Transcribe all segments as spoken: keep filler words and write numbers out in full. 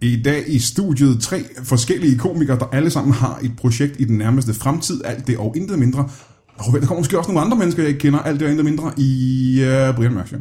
I dag i studiet tre forskellige komikere, der alle sammen har et projekt i den nærmeste fremtid. Alt det og intet mindre. Og der kommer måske også nogle andre mennesker, jeg ikke kender. Alt det og intet mindre i uh, Brian Mørk Show.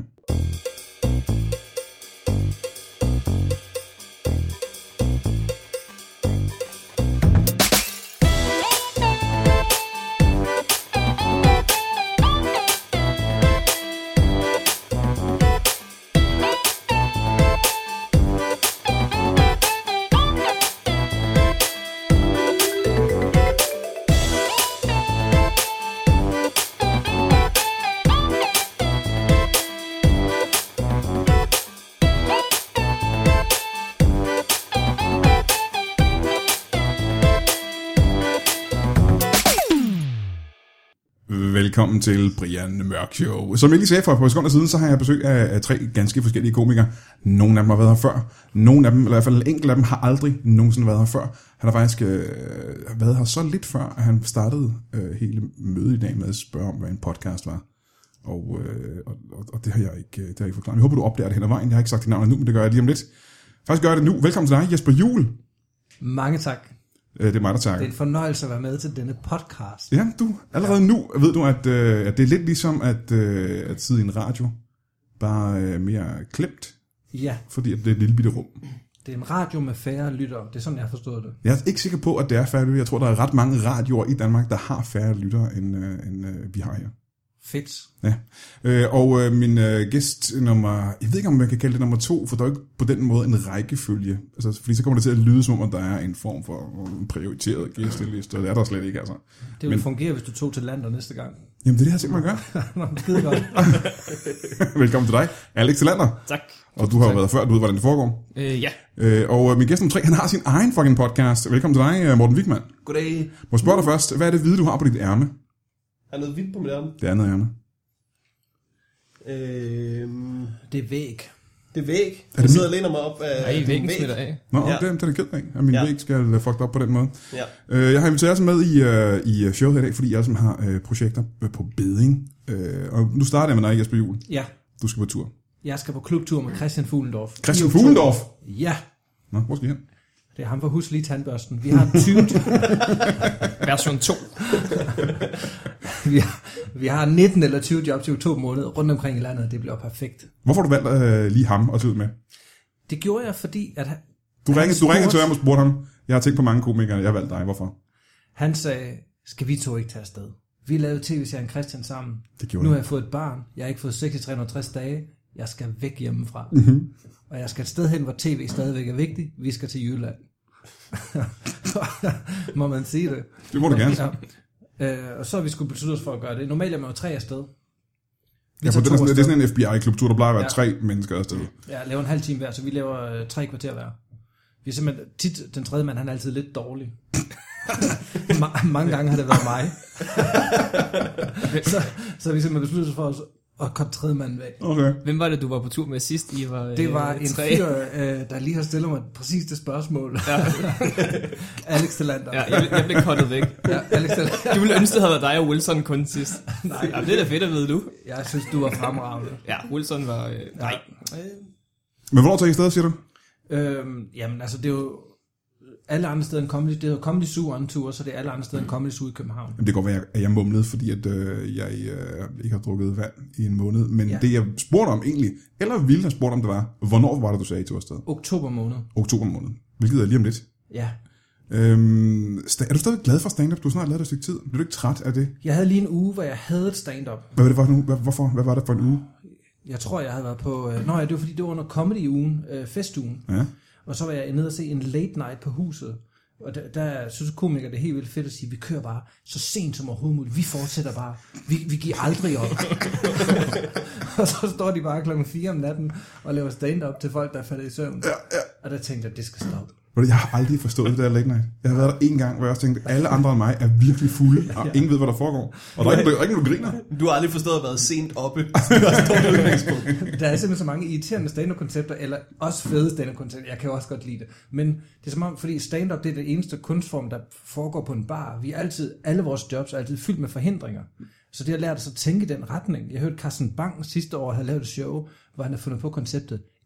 Velkommen til Brian Mørk Show. Som jeg lige sagde for et par sekunder siden, så har jeg besøg af, af tre ganske forskellige komikere. Nogle af dem har været her før. Nogle af dem, eller i hvert fald enkelt af dem, har aldrig nogensinde været her før. Han har faktisk øh, været her så lidt før, at han startede øh, hele mødet i dag med at spørge om, hvad en podcast var. Og, øh, og, og det har jeg ikke, det har jeg ikke forklaret. Jeg håber, du opdager det hen ad vejen. Jeg har ikke sagt dit navn endnu, men det gør jeg lige om lidt. Faktisk gør jeg det nu. Velkommen til dig, Jesper Juhl. Mange tak. Det er mig, der takker. Det er en fornøjelse at være med til denne podcast. Ja, du, allerede ja. nu ved du, at, øh, at det er lidt ligesom at, øh, at sidde i en radio, bare øh, mere klemt, ja. Fordi at det er et lille bitte rum. Det er en radio med færre lyttere, det er sådan, jeg har forstået det. Jeg er ikke sikker på, at det er færre lyttere. Jeg tror, der er ret mange radioer i Danmark, der har færre lyttere, end, øh, end øh, vi har her. Fedt. Ja, øh, og øh, min øh, gæst nummer, jeg ved ikke om man kan kalde det nummer to, for der er ikke på den måde en rækkefølge, altså, fordi så kommer det til at lyde som om, at der er en form for en prioriteret gæsteliste, og det er der slet ikke, altså. Det vil Men, fungere, hvis du tog til Lander næste gang. Jamen det er det, jeg simpelthen gør. Nå, skide godt. Velkommen til dig, Alex Tillander. Tak. Og du har jo været før, du ved, hvordan det foregår. Øh, ja. Øh, og min gæst nummer tre, han har sin egen fucking podcast. Velkommen til dig, Morten Wigman. Goddag. Må jeg spørge dig først, hvad er det hvide, du har på dit ærme? Er noget hvidt på mit ærme? Det er noget ærme. Øhm, det er væg. Det er væg. Er det jeg sidder og læner mig op af... Nej, væggen smitter af. Nå, ja. det, det er det ked af, at min ja. væg skal fucked op på den måde. Ja. Øh, jeg har inviteret jer med i, uh, i showet i dag, fordi jeg som har uh, projekter på beding. Uh, og nu starter jeg med dig, Jesper Juhl. Ja. Du skal på tur. Jeg skal på klubtur med Christian Fuglendorf. Christian Fuglendorf? Ja. Nå, hvor skal I hen? Det er ham for Huslige Tandbørsten. Vi har tyve... Version to. vi, har, vi har nitten eller tyve jobs i oktober måned rundt omkring i landet. Det bliver perfekt. Hvorfor har du valgt uh, lige ham at tage ud med? Det gjorde jeg, fordi... At han, du ringede, du ringede til ham og spurgte ham. Jeg har tænkt på mange komikere, jeg har valgt dig. Hvorfor? Han sagde, skal vi to ikke tage afsted? Vi lavede tv-serien Christian sammen. Det gjorde nu har jeg. jeg fået et barn. Jeg har ikke fået sex i tre hundrede og tres dage. Jeg skal væk hjemmefra. Mm-hmm. Og jeg skal et sted hen, hvor tv stadigvæk er vigtigt. Vi skal til Jylland. Må man sige det? Det må du gerne. Ja. Øh, og så har vi skulle beslutte os for at gøre det. Normalt er man jo tre afsted. Ja, for det er, det er sådan en F B I-klubtur, der plejer at være ja. tre mennesker afsted. Ja, laver en halv time hver, så vi laver øh, tre kvarter hver. Vi er simpelthen tit, den tredje mand, han er altid lidt dårlig. Ma- mange gange har det været mig. så, så vi simpelthen besluttet os for os at komme tredje mand væk. Okay. Hvem var det, du var på tur med sidst? I var, det var øh, en tre. fyr, øh, der lige har stillet mig præcis det spørgsmål. Ja. Alex Tillander. Ja, jeg, jeg blev kottet væk. Ja, Alex Tillander. Du ville ønske, det havde været dig og Wilson kun sidst. Nej. Ja, det er da fedt at vide, du. Jeg synes, du var fremragende. Ja, Wilson var... Øh, nej. Ja. Men hvornår tager I afsted, siger du? Øhm, jamen, altså, det er jo... alle andre steder end Comedy, det hedder Comedy Zoo on tour, så det er alle andre steder end Comedy Zoo i København. Det kan godt være, at jeg mumlede, fordi at, øh, jeg øh, ikke har drukket vand i en måned. Men ja. det jeg spurgte om egentlig, eller ville have spurgt om det var, hvornår var det, du sagde, I tog afsted? Oktober måned. Oktober måned, hvilket er lige om lidt. Ja. Øhm, er du stadig glad for stand-up? Du har snart lavet det et stykke tid. Bliver du ikke træt af det? Jeg havde lige en uge, hvor jeg havde et stand-up. Hvad var det for en uge? Hvorfor? Hvad var det for en uge? Jeg tror, jeg havde været på... Øh, nå ja, det var fordi, det var under comedy-ugen, øh, festugen. Ja. Og så var jeg nede og se en late night på Huset. Og der, der synes komikere, det er helt vildt fedt at sige, vi kører bare så sent som overhovedet muligt. Vi fortsætter bare. Vi, vi giver aldrig op. Og så står de bare klokken fire om natten og laver stand-up til folk, der er faldet i søvn. Ja, ja. Og der tænkte jeg, det skal stoppe. Jeg har aldrig forstået det der late night. Jeg har været der en gang, hvor jeg også tænkte, alle andre end mig er virkelig fulde, og ingen ved, hvad der foregår. Og der er ikke, der er ikke nogen, der griner. Du har aldrig forstået at være sent oppe. Der er simpelthen så mange irriterende stand-up-koncepter, eller også fede stand-up-koncepter. Jeg kan jo også godt lide det. Men det er som om, fordi stand-up, det er det eneste kunstform, der foregår på en bar. Vi er altid, alle vores jobs er altid fyldt med forhindringer. Så det har lært os at tænke i den retning. Jeg hørte Carsten Bang sidste år havde lavet et show, hvor han havde fundet på konceptet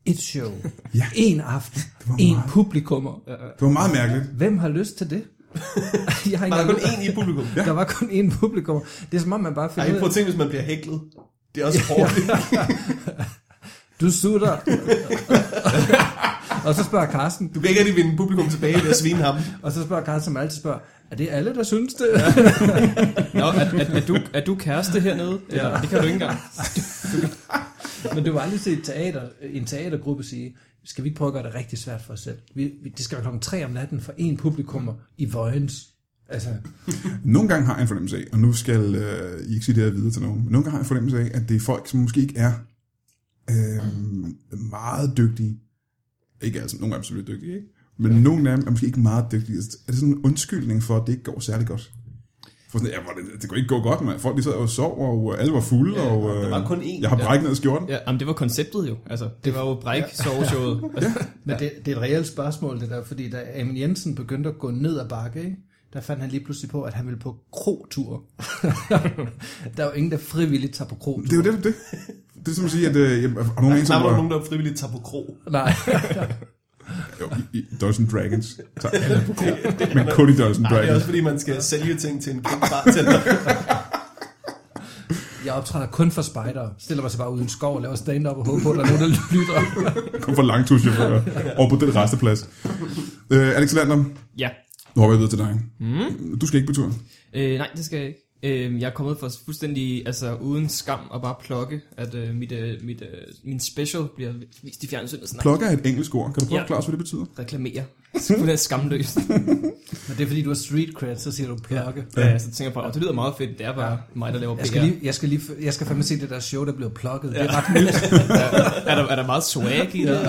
et show, Ja. en aften, var en meget- publikummer. Det var meget mærkeligt. Hvem har lyst til det? Jeg har ikke Var der kun engang- én i publikum? Ja. Der var kun én publikummer. Det er som om, man bare finder Ej, ud prøv af, at tænke, hvis man bliver hæklet. Det er også hårdt. du sutter. Og så spørger Carsten, Du kan ikke rigtig vinde publikum tilbage ved at svine ham. og så spørger Carsten, som altid spørger, er det alle, der synes det? Nå, er, er, er, du, er du kæreste hernede? Ja. Det kan du ikke engang. Men du har aldrig set teater, en teatergruppe sige, skal vi ikke prøve at gøre det rigtig svært for os selv? Vi, vi, det skal være klokken tre om natten for én publikummer i Vojens. Altså, Nogle gange har jeg en fornemmelse af, og nu skal øh, I ikke sige det her videre til nogen, men nogle gange har jeg en fornemmelse af, at det er folk, som måske ikke er øh, meget dygtige. Ikke altså, nogle af dem er absolut dygtige, ikke? Men ja. Nogle af dem er måske ikke meget dygtige. Er det sådan en undskyldning for, at det ikke går særlig godt? For sådan, ja, det, det kunne ikke gå godt, man. Folk de sad og sov, og alle var fulde, Ja, og der var øh, kun én. jeg har brækket ned i skjorten. Ja, jamen, det var konceptet jo. Altså, det var jo bræk-soveshowet. Altså, men det, det er et reelt spørgsmål, det der, fordi da Amin Jensen begyndte at gå ned ad bakke, ikke? Der fandt han lige pludselig på, at han ville på krotur. Der er jo ingen, der frivilligt tager på krotur. Det er jo det, det. Det er som at sige, at øh, jamen, og nogle Der gange, var som nogen, der frivilligt tager på krog. Nej. jo, i, i Dungeons and Dragons, så alle på kro, men kun i Dungeons and Nej, det er Dragons. også fordi, man skal sælge ting til en kendt bartender. Jeg optræder kun for spejdere. Stiller mig så bare ude i en skov og laver stand-up og håber på, at der er nogen, der lytter. Kom fra langturschauffører over på den resteplads. Øh, Alexander, ja. nu hopper jeg videre til dig. Mm. Du skal ikke på tur. Øh, nej, det skal jeg ikke. Øh, jeg er kommet for fuldstændig, altså uden skam og bare plukke, at øh, mit, øh, mit, øh, min special bliver vist i fjernsynet snart. Plukker er et engelsk ord. Kan du prøve Ja. at klare, hvad det betyder? Reklamere. Det er skamløst. Men det er fordi, du har street cred, så siger du plukke. Ja, ja, så tænker jeg på, at det lyder meget fedt. Det er bare ja. mig, der laver P R. Jeg skal, lige, jeg, skal lige, jeg skal fandme se det der show, der bliver plukket. Ja. Det er ret nyt. er, der, er der meget swag i det?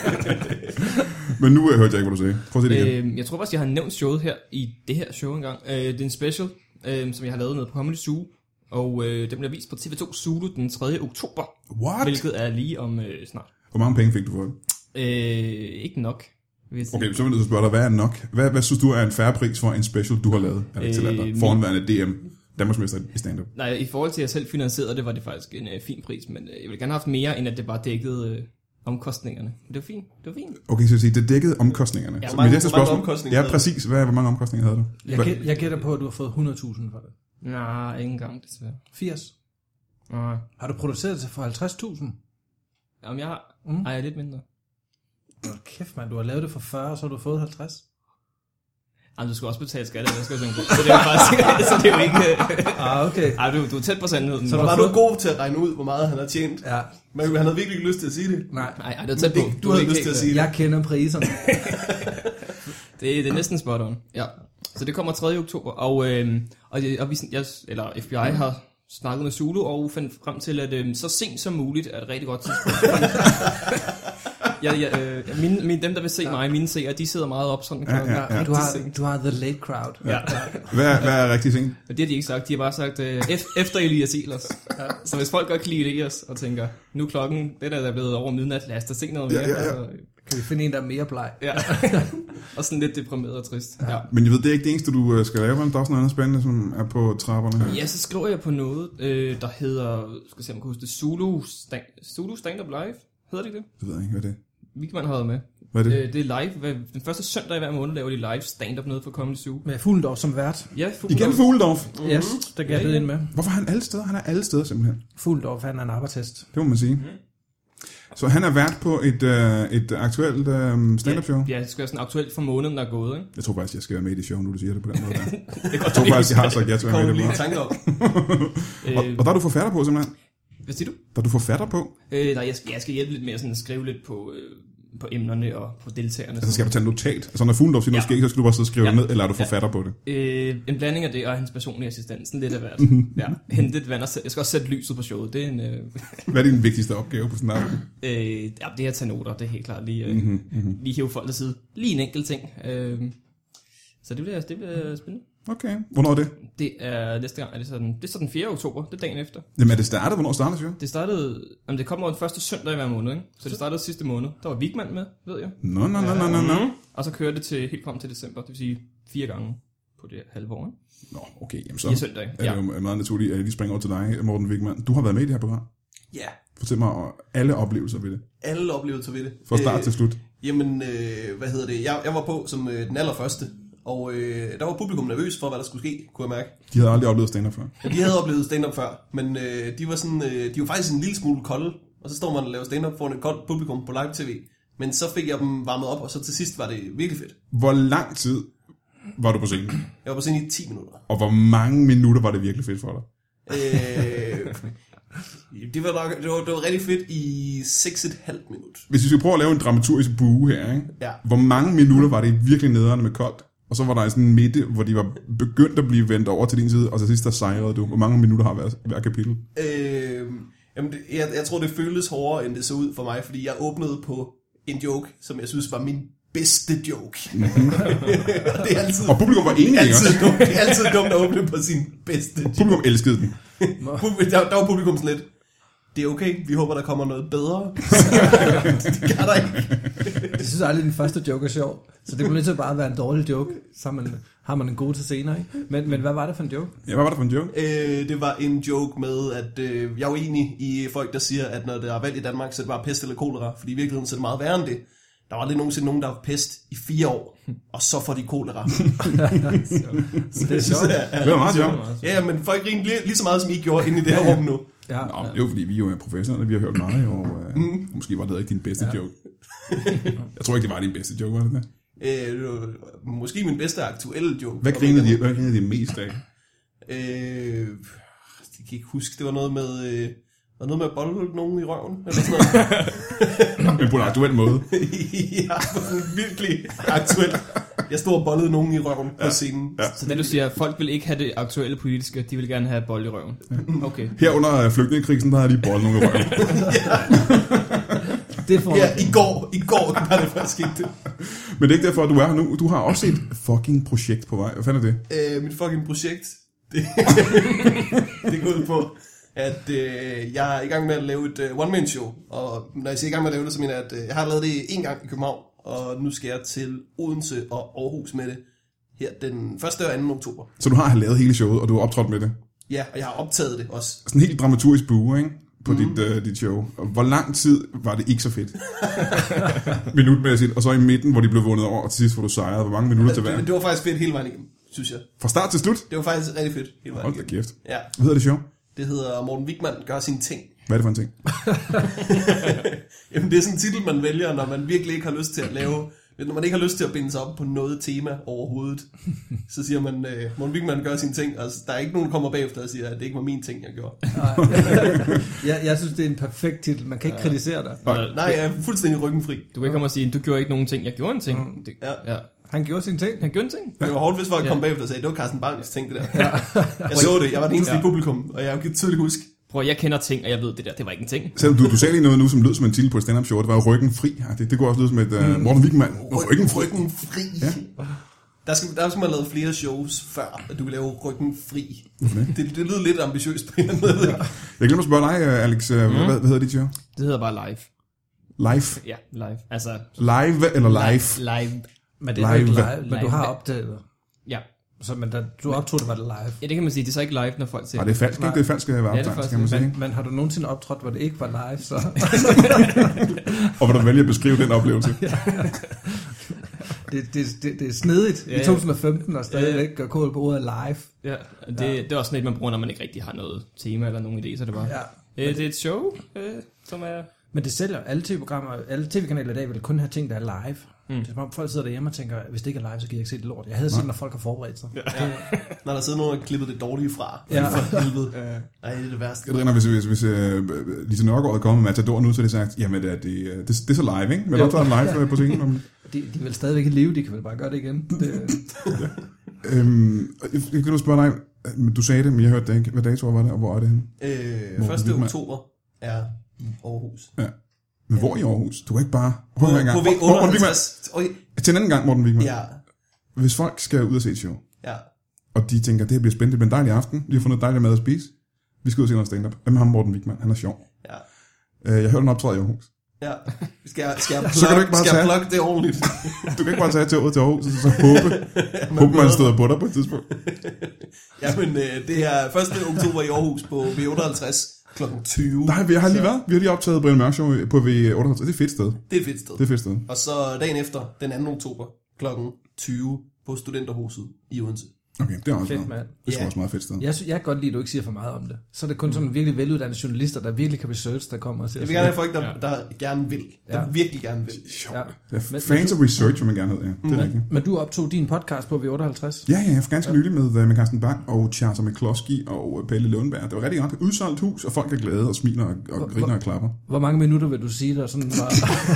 Men nu øh, hørte jeg ikke, hvad du sagde. Prøv at se det igen. Øh, jeg tror faktisk, jeg har nævnt showet her i det her show engang. Øh, det er en special, øh, som jeg har lavet nede på Comedy Zoo. Og øh, den bliver vist på T V to Zulu den tredje oktober. What? Hvilket er lige om øh, snart. Hvor mange penge fik du for det? Øh, ikke nok. vil jeg sige. Okay, så vil jeg nødt til at spørge dig, hvad er nok? Hvad, hvad synes du er en fair pris for en special, du har lavet? Alexander, Øh, foranværende D M, Danmarksmester i stand-up. Nej, i forhold til at jeg selv finansierede det, var det faktisk en øh, fin pris. Men øh, jeg ville gerne have haft mere, end at det bare dækkede øh, omkostningerne. Men det var fint. Det var fint. Okay, så det dækkede omkostningerne. Ja, Så hvor mange- mit næste hvor mange spørgsmål- omkostninger Ja, havde du? præcis. Hvad, hvor mange omkostninger havde du? Jeg, Hvad- gæt, jeg gætter på, at du har fået hundrede tusind for det. Nej, ikke engang desværre. firs. Nej. Har du produceret det for halvtreds tusind? Jamen, jeg har... Mm. Mm. Ej, jeg er lidt mindre. Hold kæft, man. Du har lavet det for fyrre, så har du fået halvtreds. Jamen, du skal også betale skat, eller hvad skal jeg synge på? Så det er jo faktisk... så det er jo ikke... Ah, okay. Ej, du, du er tæt på sandheden. Så Så du var har du fået- god til at regne ud, hvor meget han har tjent. Ja, Men han havde virkelig ikke lyst til at sige det. nej. Nej, ej, det er tæt Men på. det- du havde er ikke lyst til at helt- sige det. Jeg kender priserne. Det, det er næsten spot on. Ja. Så det kommer tredje oktober, og, øh, og, det- og vi, jeg, eller F B I har snakket med Zulu og fandt frem til, at øh, så sent som muligt er et rigtig godt tidspunkt. ja, ja, øh, mine, mine, dem, der vil se mig, mine seere, de sidder meget op sådan klokken. Ja, ja, ja. Du har, du har the late crowd. Ja. Hvad, er- hvad er rigtig ting? Og det har de ikke sagt. De har bare sagt, øh, ef- efter Elias Ehlers. Så hvis folk godt kan lide Elias og tænker, nu er klokken, det der er blevet over midnat, lad os da se noget mere. Ja, ja, ja. Altså, Kan vi finde en, der er mere bleg? ja. Og sådan lidt deprimeret og trist. Ja. Men jeg ved, det er ikke det eneste, du øh, skal lave, men der er også noget andet spændende, som er på trapperne her. Ja, så skriver jeg på noget, øh, der hedder, skal jeg se, om jeg kan huske det, Zulu, Stand- Zulu Stand Up Live. Hedder det ikke det? Det ved jeg ikke, hvad det er. Wigman har været med. Hvad er det? Øh, det er live. Hver- Den første søndag i hver måned laver de live stand-up nede på Comedy Zoo. Med Fuglendorf som vært. Ja, Fugl- Igen Fugledorf. Yes, der gav Ja, jeg ja. ind med. Hvorfor er han alle steder? Han er alle steder simpelthen. Fuglendorf, han er en arbejdshest. Det må man sige. Så han er vært på et, øh, et aktuelt øh, stand-up show. Ja, det skal være sådan aktuelt for måneden, der er gået, ikke? Jeg tror faktisk, jeg skal være med i det show, nu du siger det på den måde. Der. Det er godt, Jeg tror faktisk, jeg har sagt ja til at være Kommer med du i det. lige Bare. en tanke om? Og, øh, og der er du forfatter på simpelthen. Hvad siger du? Der er du forfatter på. Øh, nej, jeg skal, jeg skal hjælpe lidt med at sådan skrive lidt på, øh, på emnerne og på deltagerne. Altså skal du tage et notat? Altså når Fuglendorf siger noget Ja. skægt, så skal du bare sidde og skrive Ja. det ned, eller er du forfatter på det? Øh, en blanding af det og hans personlige assistent. Sådan lidt af hvert. Ja, hente et vand og sæt- jeg skal også sætte lyset på showet. Det er en... Øh, Hvad er din vigtigste opgave på sådan en aften? øh, ja, det er at tage noter, det er helt klart. Lige, øh, Mhm, mhm. lige hive folk til side. Lige en enkelt ting. Øh, så det bliver, det bliver spændende. Okay. Hvornår er det? Det er næste gang, er det så den, det er så den fjerde oktober, det er dagen efter. Jamen er det startet? Hvornår starter det jo? Det startede, jamen det kommer den første søndag i hver måned, ikke? Så det startede sidste måned. Der var Wigman med, ved jeg. Nå, nå, nå, nå, nå, nå. Og så kørte det til helt frem til december, det vil sige fire gange på det halve år, ikke? Nå, okay. Jamen Fire så søndage, er ja. det jo meget naturligt, at jeg lige springer over til dig, Morten Wigman. Du har været med i det her program. Ja, Fortæl mig om alle oplevelser ved det. alle oplevelser ved det. Fra start Øh, til slut. Jamen, øh, hvad hedder det? Jeg, jeg var på som øh, den allerførste, og øh, der var publikum nervøs for, hvad der skulle ske, kunne jeg mærke. De havde aldrig oplevet stand-up før. De havde oplevet stand-up før, men øh, de var sådan, øh, de var faktisk en lille smule kolde, og så står man og laver stand-up foran et koldt publikum på live tv. Men så fik jeg dem varmet op, og så til sidst var det virkelig fedt. Hvor lang tid var du på scenen? Jeg var på scenen i ti minutter. Og hvor mange minutter var det virkelig fedt for dig? Øh, det, var nok, det, var, det var rigtig fedt i seks komma fem minut. Hvis vi skal prøve at lave en dramaturgisk bue her, ikke? Ja. Hvor mange minutter var det virkelig nederen med koldt? Og så var der sådan en midte, hvor de var begyndt at blive vendt over til din side, og til sidst der sejrede du. Hvor mange minutter har hver, hver kapitel? Øh, jamen det, jeg, jeg tror, det føltes hårdere, end det så ud for mig, fordi jeg åbnede på en joke, som jeg synes var min bedste joke. Og det er altid, Og publikum var enige, altid ikke? dumt, det er altid dumt at åbne på sin bedste joke. Publikum elskede den. Der, der var publikum sådan lidt, det er okay, vi håber, der kommer noget bedre. Det gør der ikke. Jeg synes aldrig, den første joke er sjov. Så det bliver nødt til bare at være en dårlig joke. Så har man, har man en god til senere, ikke? Men, men hvad var det for en joke? Ja, hvad var det for en joke? Øh, det var en joke med, at øh, jeg er uenig i folk, der siger, at når der er valg i Danmark, så er det bare pest eller kolera. Fordi i virkeligheden så er det meget værre end det. Der var aldrig nogensinde nogen, der har pest i fire år, og så får de kolera. Så det er sjovt. Det var meget sjovt. Ja, men folk griner lige, lige så meget, som I gjorde inde i det her rum nu. Ja, Nå, det er jo fordi, vi jo er professionelle, vi har hørt meget, og øh, mm. måske var det ikke din bedste ja. joke. Jeg tror ikke, det var din bedste joke, var det det? Øh, det var måske min bedste aktuelle joke. Hvad grinede de, hvad grinede de mest af? Øh, jeg kan ikke huske, det var noget med... Øh, var noget med at bolde nogen i røven, eller sådan noget. Men på en aktuel måde. Ja, virkelig aktuelt. Jeg stod og bollede nogen i røven ja. på scenen. Ja. Så det du siger, folk vil ikke have det aktuelle politiske, de vil gerne have bold i røven. Okay. Her under flygtningekrisen, der havde de boldet nogle i røven. det får Ja, i går, i går var det faktisk ikke det. Men det er ikke derfor, at du er her nu. Du har også et fucking projekt på vej. Hvad fanden er det? Øh, mit fucking projekt, det, det går ud på, at øh, jeg er i gang med at lave et øh, one-man-show. Og når jeg siger i gang med at lave det, så mener jeg, at øh, jeg har lavet det en gang i København, og nu skal jeg til Odense og Aarhus med det her den første og anden oktober. Så du har lavet hele showet, og du har optrådt med det? Ja, og jeg har optaget det også. Sådan en helt dramaturgisk bue, ikke? På mm. dit, uh, dit show. Og hvor lang tid var det ikke så fedt? Minutmæssigt, og så i midten, hvor de blev vundet over, og til sidst, hvor du sejrede. Hvor mange minutter til hver? Det, det var faktisk fedt hele vejen igennem, synes jeg. Fra start til slut? Det var faktisk rigtig fedt hele vejen Hold da igennem. kæft. Ja. Hvad hedder det show? Det hedder Morten Wigman gør sine ting. Hvad er det for en ting? Jamen det er sådan en titel, man vælger, når man virkelig ikke har lyst til at lave... Når man ikke har lyst til at binde sig op på noget tema overhovedet, så siger man, uh, Morten Wigman gør sine ting, og der er ikke nogen, der kommer bagefter og siger, at det ikke var min ting, jeg gjorde. jeg, jeg synes, det er en perfekt titel. Man kan ikke ja. kritisere dig. Ja. Nej, jeg er fuldstændig ryggenfri. Du kan ikke komme og sige, du gjorde ikke nogen ting, jeg gjorde en ting. Mm. Det, ja. ja. Han gjorde sin ting. Han gjorde en ting. Det var hårdt, hvis folk kom bagefter og sagde, det var Carsten Bangs ting, det der. Ja. Jeg så det, jeg var den eneste ja. i publikum, og jeg kan tydeligt huske. Prøv, jeg kender ting, og jeg ved det der, det var ikke en ting. Selvom du, du sagde lige noget nu, som lød som en titel på et stand-up show, det var jo ryggen fri. Ja, det, det kunne også lyde som et uh, Morten Wigman. Ryggen fri. Ryggen fri. Ja. Der skal, der skal man have lavet flere shows før, at du kan lave ryggen fri. Okay. Det, det lyder lidt ambitiøst på en eller anden måde. Jeg glemmer at spørge dig, Alex. Mm. Hvad, hvad hedder dit show? Det hedder bare live. Live? Ja, live. Altså, live eller live? Live. Men det er live. ikke live, men du har opdaget det. Ja. Så, men da, du optog det, var det live. Ja, det kan man sige. Det er så ikke live, når folk ser Nej, det er falsk, ikke? Det er falsk, skal være optaget, kan man sige. Men, men har du nogensinde optrådt, hvor det ikke var live, så... Og hvor du vælger at beskrive den oplevelse? Ja. Det, det, det, det er snedigt ja, ja. I to tusind og femten, og stadigvæk gør kål på ordet live. Ja, det, ja. det er også sådan et, man bruger, når man ikke rigtig har noget tema eller nogen idé, så det bare... Ja. Øh, det er et show, øh, som er... Men det sælger. Alle tv-programmer, alle tv-kanaler i dag vil kun have ting, der er live. Mm. Det er som om folk sidder derhjemme og tænker, hvis det ikke er live, så kan jeg ikke se det lort. Jeg havde set, når folk har forberedt sig. Ja. Ja. Når der sidder nogen, der har klippet det dårlige fra. Ja. For helvede. Ej, det er det værste. Jeg tror, hvis, hvis, hvis uh, Lise Nørgaard er kommet med Matador nu, så er det sagt, jamen det, det, det, det er så live, ikke? Vil du optage live på scenen? Om... De, de vil stadigvæk ikke leve, de kan vel bare gøre det igen. Det... ja. øhm, jeg kan du spørge dig, du sagde det, men jeg hørte det ikke. Hvad dato var det, og hvor er det henne? Øh, første oktober er Aarhus. Ja. Men hvor i Aarhus? Du kan ikke bare... På, på, gang. på V otteoghalvtreds. Okay. Til en anden gang, Morten Wigman. Ja. Hvis folk skal ud og se et show, ja. og de tænker, det her bliver spændende, det bliver en dejlig aften, de har fundet dejlig mad at spise, vi skal ud og se noget stand-up. Hvem er ham, Morten Wigman? Han er sjov. Ja. Øh, jeg hørte en optræde i Aarhus. Ja. Skal jeg, skal jeg plug, så kan du ikke bare skal tage... jeg plug det ordentligt? Du kan ikke bare tage toget til Aarhus, og så håbe, håbe man støder på dig på et tidspunkt. Jamen, øh, det er første oktober i Aarhus på V otteoghalvtreds, klokken tyve. Nej, vi har lige været. Vi har lige optaget Brian Mørk Show på V otteoghalvtreds. Det er et fedt sted. Det er et fedt sted. Det er et fedt sted. Og så dagen efter, den anden oktober, klokken tyve på Studenterhuset i Odense. Okay, det er også Fedt, meget. mand. Det er sgu Ja. også meget fedt sted. Jeg, sy- jeg kan godt lide, at du ikke siger for meget om det. Så er det kun sådan virkelig veluddannede journalister, der virkelig kan research, der kommer og siger Jeg vil gerne have folk, der, der gerne vil. Der Ja. virkelig gerne vil. Sjovt. Ja. Det er Men- fans of research, vil man gerne hedde, ja. Det er rigtigt. Men du optog din podcast på V otteoghalvtreds. Ja, ja, for ganske nylig med, med Carsten Bang og Charter McCloskey og Pelle Lundberg. Det var rigtig godt. Udsolgt hus, og folk er glade og smiler og, og griner og klapper. Hvor mange minutter vil du sige der sådan var?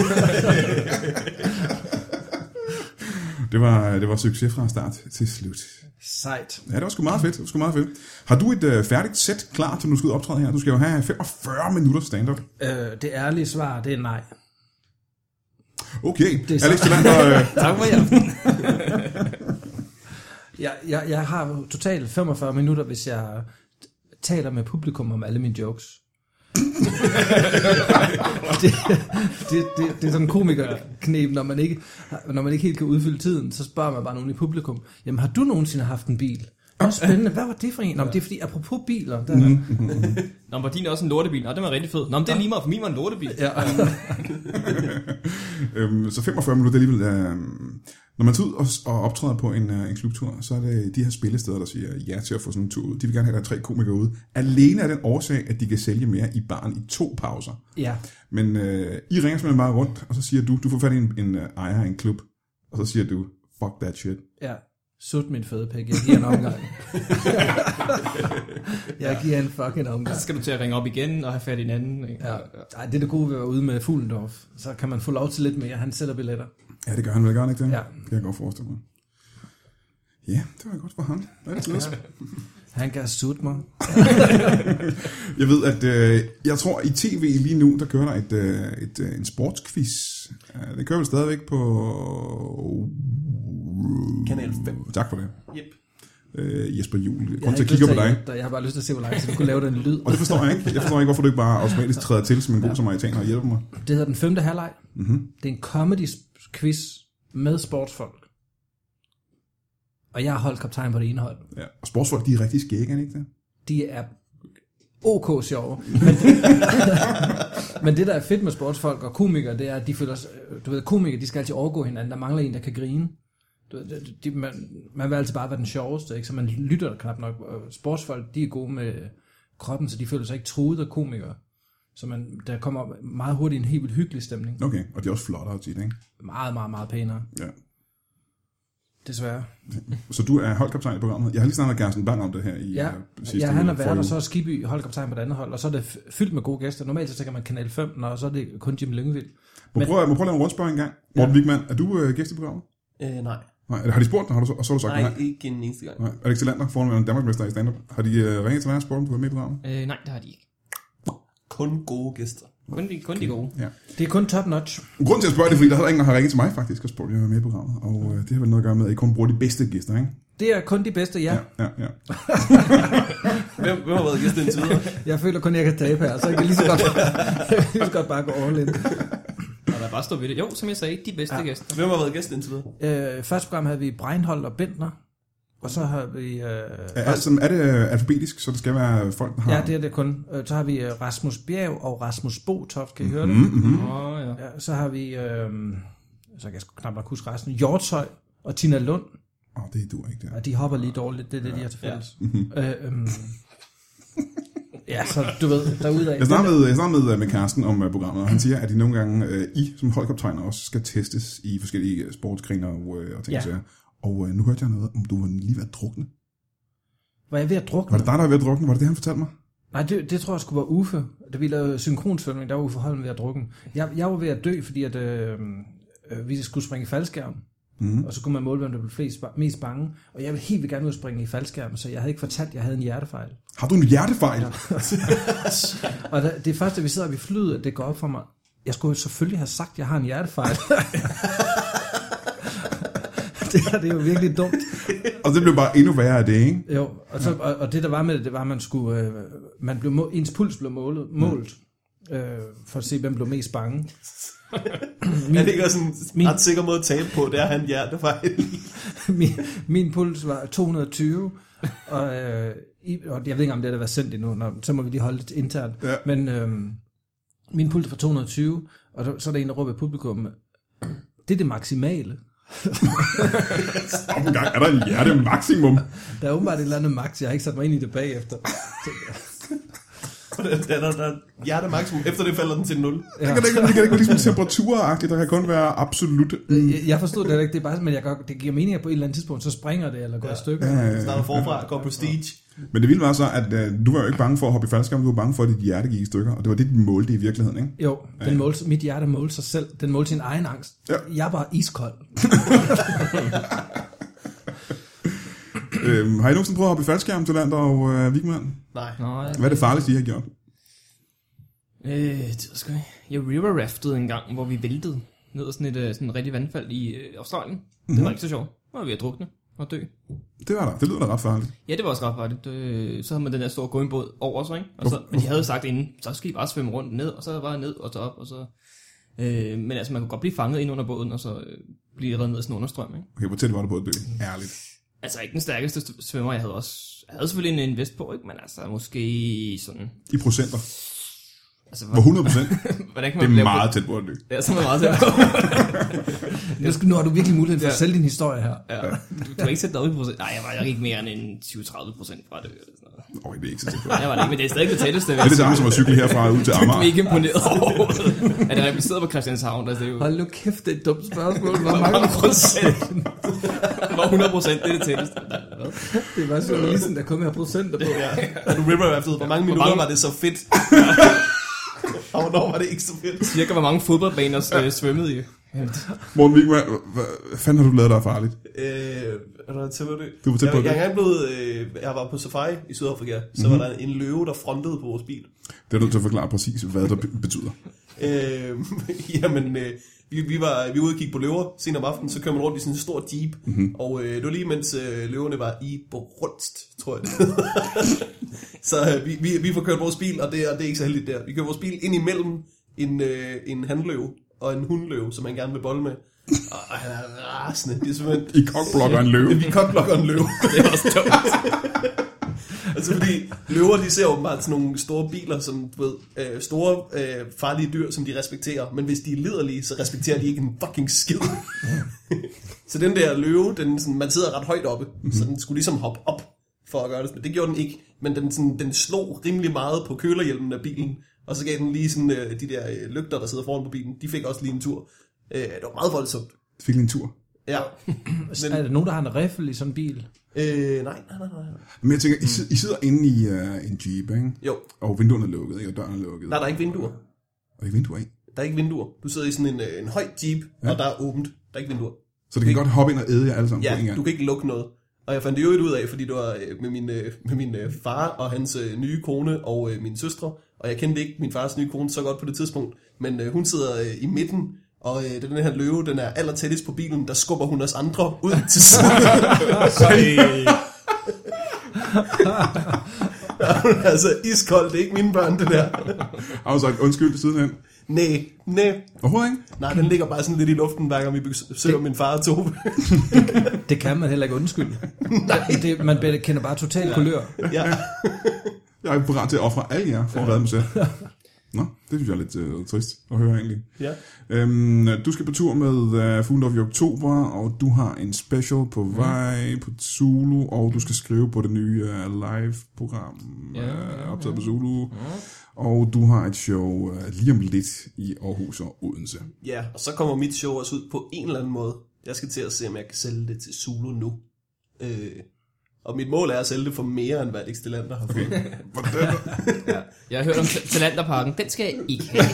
Det var, det var succes fra start til slut. Sejt. Ja, det var sgu meget fedt. Det var sgu meget fedt. Har du et øh, færdigt sæt klar til, du skal ud og optræde her? Du skal jo have femogfyrre minutter stand-up. Øh, det ærlige svar, det er nej. Okay, Det er så- Alex Tillander, øh, Tak for jer. Jeg, jeg, jeg har totalt femogfyrre minutter, hvis jeg taler med publikum om alle mine jokes. det, det, det, det er sådan en komikerknep, når man ikke, når man ikke helt kan udfylde tiden, så spørger man bare nogen i publikum, jamen har du nogensinde haft en bil? Nå, spændende, hvad var det for en? Nå, men det er fordi, apropos biler, der, Mm. Nå, var din også en lortebil? Nå, den var rigtig fed. Nå, men det er lige meget, for min var en lortebil. ja, øhm, så femogfyrre minutter, det er alligevel... Øh, når man tager ud og, og optræder på en, øh, en klubtur, så er det de her spillesteder, der siger ja til at få sådan en tur ud. De vil gerne have, at der er tre komikere ude. Alene af den årsag, at de kan sælge mere i baren i to pauser. ja. Men øh, I ringer simpelthen bare rundt, og så siger du, du får fat i en, en uh, ejer af en klub, og så siger du, fuck that shit. Ja, sut min fede pæk, jeg giver en omgang. jeg giver en fucking omgang. Så skal du til at ringe op igen og have fat i en anden. Ikke? Ja. Ej, det er det gode ved at være ude med Fuglendorf. Så kan man få lov til lidt mere. Han sælger billetter. Ja, det gør han vel, gør han ikke det? Ja. Det kan jeg godt forestille mig. Ja, det var godt for ham. Det er det ja. Han kan sutte mig. Jeg ved, at øh, jeg tror, i tv lige nu, der kører der et, øh, et, øh, en sportsquiz. Uh, det kører vel stadigvæk på... Kanal fem. Tak for det. Yep. Øh, Jesper Juhl. Jeg Grund har til at ikke kigge lyst på til at dig. hjælpe dig. Jeg har bare lyst til at se, hvor langt du kunne lave den lyd. Og det forstår jeg ikke. Jeg forstår ikke, hvorfor du ikke bare automatisk træder til som en god ja. samaritaner og hjælper mig. Det hedder Den Femte Halvleg. Mm-hmm. Det er en comedy-quiz med sportsfolk. Og jeg har holdt kaptajn på det ene hold. Ja. Og sportsfolk, de er rigtig skægge, er det ikke det? De er ok sjove. Men, men det, der er fedt med sportsfolk og komikere, det er, at de føler sig, du ved, komikere, de skal altid overgå hinanden. Der mangler en, der kan grine. Du ved, de, de, man, man vil altid bare være den sjoveste, ikke? Så man lytter der knap nok. Og sportsfolk, de er gode med kroppen, så de føler sig ikke truet af komikere. Så man, der kommer meget hurtigt en helt vildt hyggelig stemning. Okay, og de er også flottere tit, ikke? Meget, meget, meget pænere. Ja. Desværre. Så du er holdkaptajn i programmet. Jeg har lige snakket med Carsten Bang om det her i Ja, uh, sidste ja han har uge, været, for og så er Skibby holdkaptajn på det andet hold, og så er det f- fyldt med gode gæster. Normalt så tænker man Kanal fem, og så er det kun Jim Lyngvild. Må Men- prøve, må prøve at lave en rundspørg en gang. Morten Ja. Wigman, er du uh, gæst i programmet? Øh, nej. Nej, eller har de spurgt dig, har du, så- og så har du sagt Nej, nej? ikke en eneste gang. Nej. Alex Tillander, forhåndværende Danmarksmester i stand-up. Har de uh, ringet til dig og spurgt, om du var med i programmet? Øh, nej, det har de ikke. Kun gode gæster. Kun de, kun de gode. Ja. Det er kun top notch. Grunden til at spørge det, er, fordi der er ingen, der har ringet til mig faktisk og spurgt, om jeg var med i programmet. Og uh, det har vel noget at gøre med, at I kun bruger de bedste gæster, ikke? Det er kun de bedste, ja. Ja, ja, ja. Hvem, hvem har været gæst indtil videre? Jeg føler kun, jeg kan tabe her, så jeg kan lige så godt, jeg kan lige så godt bare gå all in. Og der bare stå ved det. Jo, som jeg sagde, de bedste Ja. ja. gæster. Hvem har været gæst indtil videre? Øh, første program havde vi Breinholt og Bentner, og så har vi... Øh, Er, altså, er det uh, alfabetisk, så det skal være folk, der har... ja, det er det kun. Øh, så har vi øh, Rasmus Bjerg og Rasmus Botoft, kan I høre det? Mm-hmm. Åh, oh, ja. Ja, så har vi, øh, så kan jeg sgu knap nok huske resten, Hjortshøj og Tina Lund. Åh, oh, det duer ikke, det. Ja, de hopper lige dårligt, det er det, de har til fælles. Ja. Øh, øhm, ja, så du ved, derudad. Jeg snakkede med, jeg snakkede med, med Carsten om uh, programmet, og han siger, at de nogle gange, uh, I som holdkaptajner også skal testes i forskellige sportsgriner og, uh, og ting. Ja. Ja. Og uh, nu hørte jeg noget, om du var lige ved at drukne. Var jeg ved at drukne? Var det dig, der var ved at drukne? Var det det, han fortalte mig? Nej, det, det tror jeg skulle være Uffe. Da vi lavede synkronsvømning, der var Uffe Holm ved at drukne. Jeg, jeg var ved at dø, fordi at, øh, øh, vi skulle springe i faldskærm. Mm-hmm. Og så kunne man måle, hvem der blev flest, mest bange. Og jeg ville helt vildt gerne ud og springe i faldskærm, så jeg havde ikke fortalt, at jeg havde en hjertefejl. Har du en hjertefejl? Ja. Og da, det første, vi sidder vi flyder, det går op for mig. Jeg skulle jo selvfølgelig have sagt, at jeg har en hjertefejl. det, her, det er jo virkelig dumt. Og det blev bare endnu værre af det, ikke? Jo, og, så, og, og det der var med det, det var, at man skulle, øh, man blev, må, ens puls blev målet, målt, øh, for at se, hvem blev mest bange. Min, er det ikke også en min, ret sikker måde at tale på? Det er han hjertefejl. min, min puls var to hundrede og tyve, og, øh, og jeg ved ikke, om det er der været sendt endnu, når, så må vi lige holde det internt. Ja. Men øh, min puls var to hundrede og tyve, og der, så er der en, der råber i publikum, det er det maksimale. Stop en gang, er der en hjerte maksimum? Der er åbenbart et eller andet max, jeg har ikke sat mig ind i det bagefter. Der er der hjerte maksimum. Efter det falder den til nul. Ja. Det kan ikke, det kan ikke ligesom temperaturagtigt. Der kan kun være absolut. Mm. Jeg, jeg forstod det ikke. Det er bare, men jeg gør, det giver mening, at på et eller andet tidspunkt så springer det eller går ja. i stykker. Ja, ja, ja. Starter forfra, går på stage. Men det vilde var så, at uh, du var jo ikke bange for at hoppe i faldskærm, du var bange for, at dit hjerte gik i stykker, og det var det, du målte i virkeligheden, ikke? Jo, den ja. målte, mit hjerte målte sig selv. Den målte sin egen angst. Ja. Jeg var iskold. øhm, har I nogensinde prøvet at hoppe i faldskærm til land og uh, Vigman? Nej. Hvad er det farligste, I har gjort? Øh, det var sgu ikke. Jeg river raftede en gang, hvor vi væltede ned ad sådan et uh, sådan rigtig vandfald i uh, Australien. Mm-hmm. Det var ikke så sjovt. Nu var vi at drukne og dø. Det var der. Det lyder da ret farligt. Ja, det var også ret farligt. Det, så havde man den der store gåingbåd over sig, ikke? Og så, men de havde jo sagt inden, så skal I bare svømme rundt ned, og så bare ned og så op, og så... Øh, men altså, man kunne godt blive fanget ind under båden, og så øh, blive reddet ned af sådan en understrøm, ikke? Okay, hvor tæt var du på at dø? Ærligt. Altså, ikke den stærkeste svømmer, jeg havde også... Jeg havde selvfølgelig en vest på, ikke? Men altså, måske sådan... I procenter? Altså, hvor hundrede procent? Hvordan kan man det er meget på? tæt på at dø. Ja, så er man meget tæt på. nu, nu har du virkelig mulighed for ja. at sælge din historie her. Ja. Du, du har ikke sætte dig op i procent. Nej, jeg var ikke mere end tyve til tredive procent fra det. Åh, oh, det er ikke så tæt på. Nej, jeg var det ikke, men det er stadig det tætteste. Det er det samme som at cykle herfra ud til Amager. Du er ikke imponeret over. Er det repliceret på Christianshavn? Altså, det er jo... Hold nu kæft, det er et dumt spørgsmål. Hvor mange procent? Hvor hundrede procent, det er det tætteste. Det var journalisten, der kom med procenter på. Ja. Og du river raftede, hvor mange minutter var det så fedt? Og hvornår var det ikke så fedt? Cirka hvor mange fodboldbaner øh, svømmede i. Morten Wigman, hvad fanden har du lavet, der er farligt? Øh, er du tæt på det? Du var tæt på jeg, det? Jeg, jeg, blevet, øh, jeg var på safari i Sydafrika, så mm-hmm. var der en løve, der frontede på vores bil. Det er du til at forklare præcis, hvad det betyder. øh, jamen, øh, vi, vi, var, vi var ude og kigge på løver senere om aftenen, så kører man rundt i sådan en stor jeep, mm-hmm. og øh, det var lige mens øh, løverne var i brunst, tror jeg det. Så øh, vi, vi, vi får kørt vores bil, og det, og det er ikke så heldigt der. Vi kører vores bil ind imellem en, øh, en hanløve og en hundløve, som man gerne vil bolle med. Og han er rasende. Det er simpelthen... I kokblokker en løve. Vi kokblokker en løve. Det er også dumt. Altså fordi løver, de ser åbenbart sådan nogle store biler, som du ved, øh, store øh, farlige dyr, som de respekterer. Men hvis de er liderlige, så respekterer de ikke en fucking skid. Så den der løve, den, sådan, man sidder ret højt oppe, mm-hmm. så den skulle ligesom hoppe op for at gøre det. Det gjorde den ikke, men den, sådan, den slog rimelig meget på kølerhjelmen af bilen. Og så gav den lige sådan øh, de der øh, lygter, der sidder foran på bilen. De fik også lige en tur. Øh, det var meget voldsomt. Fik lige en tur? Ja. Men, er der nogen, der har en riffel i sådan en bil? Øh, nej, nej, nej, nej. Men jeg tænker, I, I sidder inde i uh, en Jeep, ikke? Jo. Og vinduerne er lukket, ikke? Og døren er lukket. Nej, der er ikke vinduer. Er der ikke vinduer i? Der er ikke vinduer. Du sidder i sådan en, en høj Jeep, ja. Og der er åbent. Der er ikke vinduer. Så det kan godt hoppe ind og æde jer alle sammen ja, på en gang? Du kan ikke lukke noget. Og jeg fandt det jo ud af, fordi det var med min, med min far og hans nye kone og mine søstre. Og jeg kendte ikke min fars nye kone så godt på det tidspunkt. Men hun sidder i midten, og den her løve, den er aller tættest på bilen. Der skubber hun os andre ud til siden. Altså iskold, det er ikke mine børn, det der. Har du sagt undskyld til sidenhen? Nej, nej. Overhovedet ikke? Nej, den ligger bare sådan lidt i luften, hver gang vi besøger min far og Tove. det, det kan man heller ikke undskylde. Nej. Det, man kender bare total ja. kulør. Ja. Jeg er parat til at ofre alle jer for at redde mig selv. Nå, det synes jeg er lidt uh, trist at høre egentlig. Ja. Øhm, du skal på tur med uh, Fuglendorf i oktober, og du har en special på vej på Zulu, og du skal skrive på det nye uh, live-program uh, optaget på Zulu. Ja. Og du har et show uh, lige om lidt i Aarhus og Odense. Ja, og så kommer mit show også ud på en eller anden måde. Jeg skal til at se, om jeg kan sælge det til Zulu nu. Øh, og mit mål er at sælge det for mere, end hvad Alex Tillander har fået. Okay. Ja. Jeg har hørt om Tillander-parken. Den skal jeg ikke have.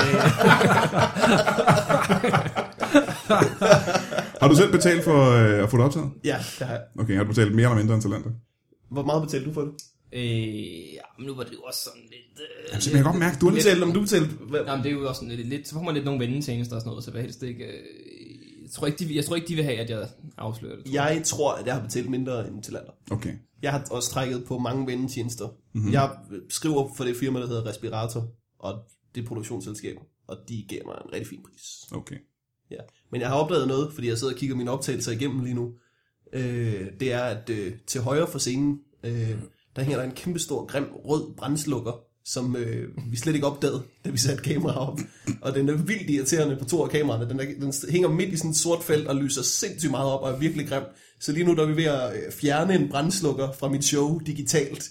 Har du selv betalt for øh, at få det optaget? Ja, det har jeg. Okay, har du betalt mere eller mindre end Tillander? Hvor meget betalte du for det? Øh, ja, men nu var det jo også sådan lidt... Øh, Jamen, så jeg kan godt mærke, du har lidt... Betalte, om du betalte... Nej, men det er jo også sådan lidt, lidt... Så får man lidt nogle vendetjenester og sådan noget, så hvad helst ikke... Øh, jeg, tror ikke de, jeg tror ikke, de vil have, at jeg afslører det. Tror jeg. jeg tror, at jeg har betalt mindre end Tillander. Okay. Jeg har også trækket på mange vendetjenester. Mm-hmm. Jeg skriver for det firma, der hedder Respirator, og det er produktionsselskab. og de gav mig en rigtig fin pris. Okay. Ja. Men jeg har opdaget noget, fordi jeg sidder og kigger mine optagelser igennem lige nu. Øh, det er, at øh, til højre for scenen, øh, der hænger der en kæmpestor, grim, rød brændslukker, som øh, vi slet ikke opdagede, da vi satte kameraet op. Og den er vildt irriterende på to af kameraerne. Den, er, den hænger midt i sådan et sort felt og lyser sindssygt meget op og er virkelig grim. Så lige nu der er vi ved at fjerne en brændslukker fra mit show digitalt.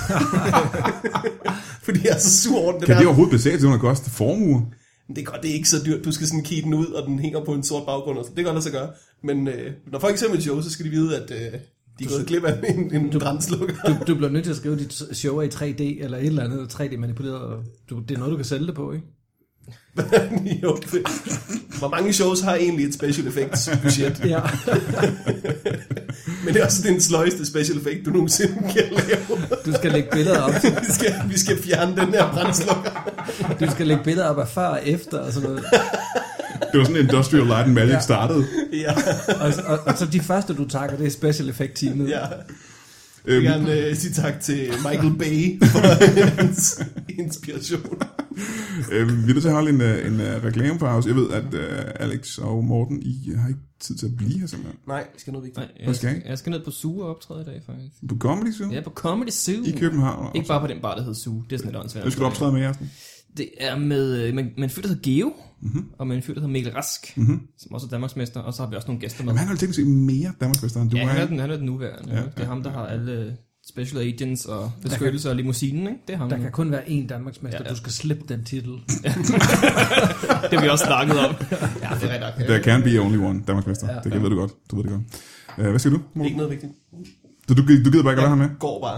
Fordi jeg er så sur over den. Kan det overhovedet betale til, at koste formue? Det er godt, det er ikke så dyrt. Du skal sådan kigge den ud, og den hænger på en sort baggrund. Og det kan godt lade sig gøre. Men øh, når folk ser mit show, så skal de vide, at øh, de er gået glip af en, en brændslukker. Du, du bliver nødt til at skrive dit show i tre D eller et eller andet tre D manipuleret. Du, det er noget, du kan sælge det på, ikke? Jo, det. Hvor mange shows har egentlig et special effects budget? Ja. Men det er også den sløjeste special effect, du nogensinde kan lave. Du skal lægge billeder op. vi, skal, vi skal fjerne den her brændslukker. Du skal lægge billeder op af før og efter og sådan noget. Det var sådan Industrial Light and Magic ja. startede. Ja. og, og, og så de første, du takker, det er special effect teamet. Ja. Jeg vil gerne øh, sige tak til Michael Bay for hans inspiration. øh, vi er nødt til at holde en, en, en reklamepause. Jeg ved, at uh, Alex og Morten, I har ikke tid til at blive her simpelthen. Nej, vi skal noget vigtigt. Nej, jeg, skal, jeg skal ned på Zoo og optræde i dag, faktisk. På Comedy Zoo? Ja, på Comedy Zoo. I København? Ikke bare på den bar, der hedder Zoo. Det er sådan lidt åndssvagt. Nu skal du optræde med jer aften? Det er med, med, med en fyr, der hedder Geo, mm-hmm. og med en fyr, der hedder Mikkel Rask, mm-hmm. som også er Danmarksmester, og så har vi også nogle gæster med. Men han har jo tænkt sig mere Danmarksmester, end du ja, er. Ja, han, han er den nuværende. Ja, det er ham, der har alle special agents og beskyttelse og limousinen, ikke? Det er ham. Der kan kun være én Danmarksmester, ja, ja. Du skal slippe den titel. Ja. Det har vi også snakket om. Ja, det er rigtig okay. There can be only one Danmarksmester. Ja, det ja. ved du godt. Du ved det godt. Uh, hvad siger du, Morten? Ikke noget vigtigt. Du, du, du gider bare ikke at være her med? Går bare.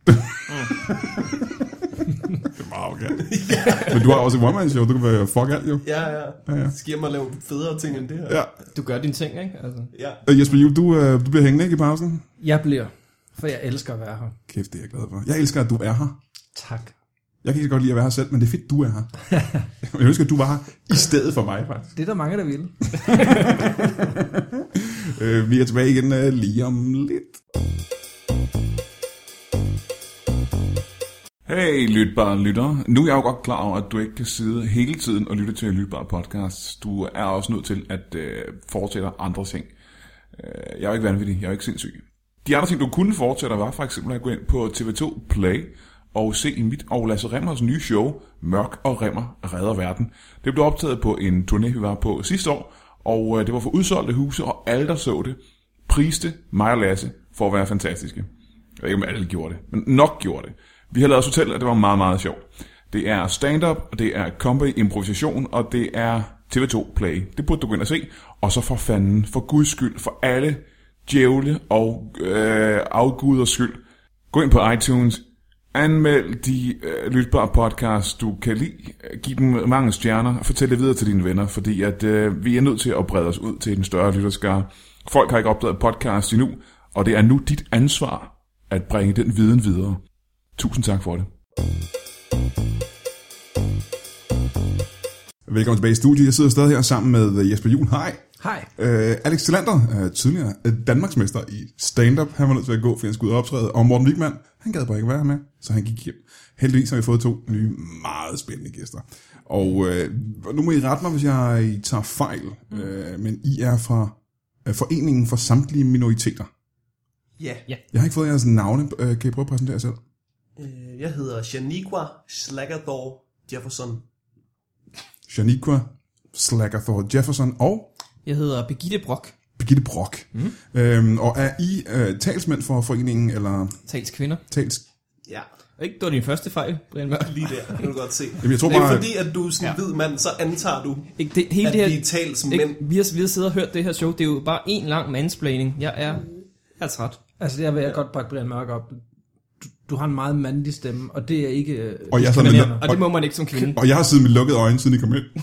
Det er meget okay. Men du har også et one-man-show, du kan være fuck alt jo. Ja, ja. ja, ja. Skal jeg mig lave federe ting end det her? Ja. Du gør dine ting, ikke? Altså. Ja. Uh, Jesper Juhl, du, uh, du bliver hængende, ikke, i pausen? Jeg bliver, for jeg elsker at være her. Kæft, det er jeg glad for. Jeg elsker, at du er her. Tak. Jeg kan ikke så godt lide at være her selv, men det er fedt, du er her. Jeg ønsker, at du var her i stedet for mig, faktisk. Det er der mange, der vil. uh, vi er tilbage igen uh, lige om lidt. Hey, lytbare lytter. Nu er jeg jo godt klar over, at du ikke kan sidde hele tiden og lytte til lytbare podcasts. Du er også nødt til at øh, fortsætte andre ting. Øh, jeg er jo ikke vanvittig, jeg er jo ikke sindssyg. De andre ting, du kunne fortsætte, var for eksempel at gå ind på T V to Play og se mit og Lasse Rimmers nye show, Mørk og Rimmer redder verden. Det blev optaget på en turné, vi var på sidste år, og øh, det var for udsolgte huse, og alle, der så det, priste mig og Lasse for at være fantastiske. Jeg ved ikke, om alle gjorde det, men nok gjorde det. Vi har lavet os hotel, og det var meget, meget sjovt. Det er stand-up, og det er comedy improvisation, og det er T V to Play. Det burde du gå ind og se. Og så for fanden, for guds skyld, for alle djævle og øh, afguders skyld. Gå ind på iTunes, anmeld de øh, lytbare podcasts, du kan lide. Giv dem mange stjerner, og fortæl det videre til dine venner, fordi at, øh, vi er nødt til at brede os ud til den større lytterskare. Folk har ikke opdaget podcast endnu, og det er nu dit ansvar at bringe den viden videre. Tusind tak for det. Velkommen tilbage i studiet. Jeg sidder stadig her sammen med Jesper Juhl. Hej. Hej. Uh, Alex Tillander, uh, tidligere uh, Danmarksmester i stand-up. Han var nødt til at gå, for han skulle ud og optræde. Og Morten Wigman, han gad bare ikke være med, så han gik hjem. Heldigvis har vi fået to nye, meget spændende gæster. Og uh, nu må I rette mig, hvis jeg I tager fejl. Mm. Uh, men I er fra uh, Foreningen for Samtlige Minoriteter. Ja. Ja. Jeg har ikke fået jeres navne. Uh, kan I prøve at præsentere jer selv? Uh, jeg hedder Shaniqua Slagathor Jefferson. Shaniqua Slagathor Jefferson og... Jeg hedder Birgitte Brock. Birgitte Brock. Mm. Øhm, og er I øh, talsmænd for foreningen, eller... Talskvinder. Tals... Ja. Ikke, det var din første fejl, Brian Mørk. Lige der, kan du godt se. Jamen, jeg tror det er bare... fordi, at du er sådan en ja. hvid mand, så antager du, ikke, det, hele at det her, vi er talsmænd. Ikke, vi, har, vi har siddet og hørt det her show, det er jo bare en lang mansplaining. Jeg er, jeg er træt. Altså, det er, vil jeg ja. godt bakke Brian Mørk op. Du, du har en meget mandlig stemme, og det er ikke... Øh, og, jeg med, og, og det må man ikke som kvinde. Og jeg har siddet med lukkede øjne, siden I kom ind.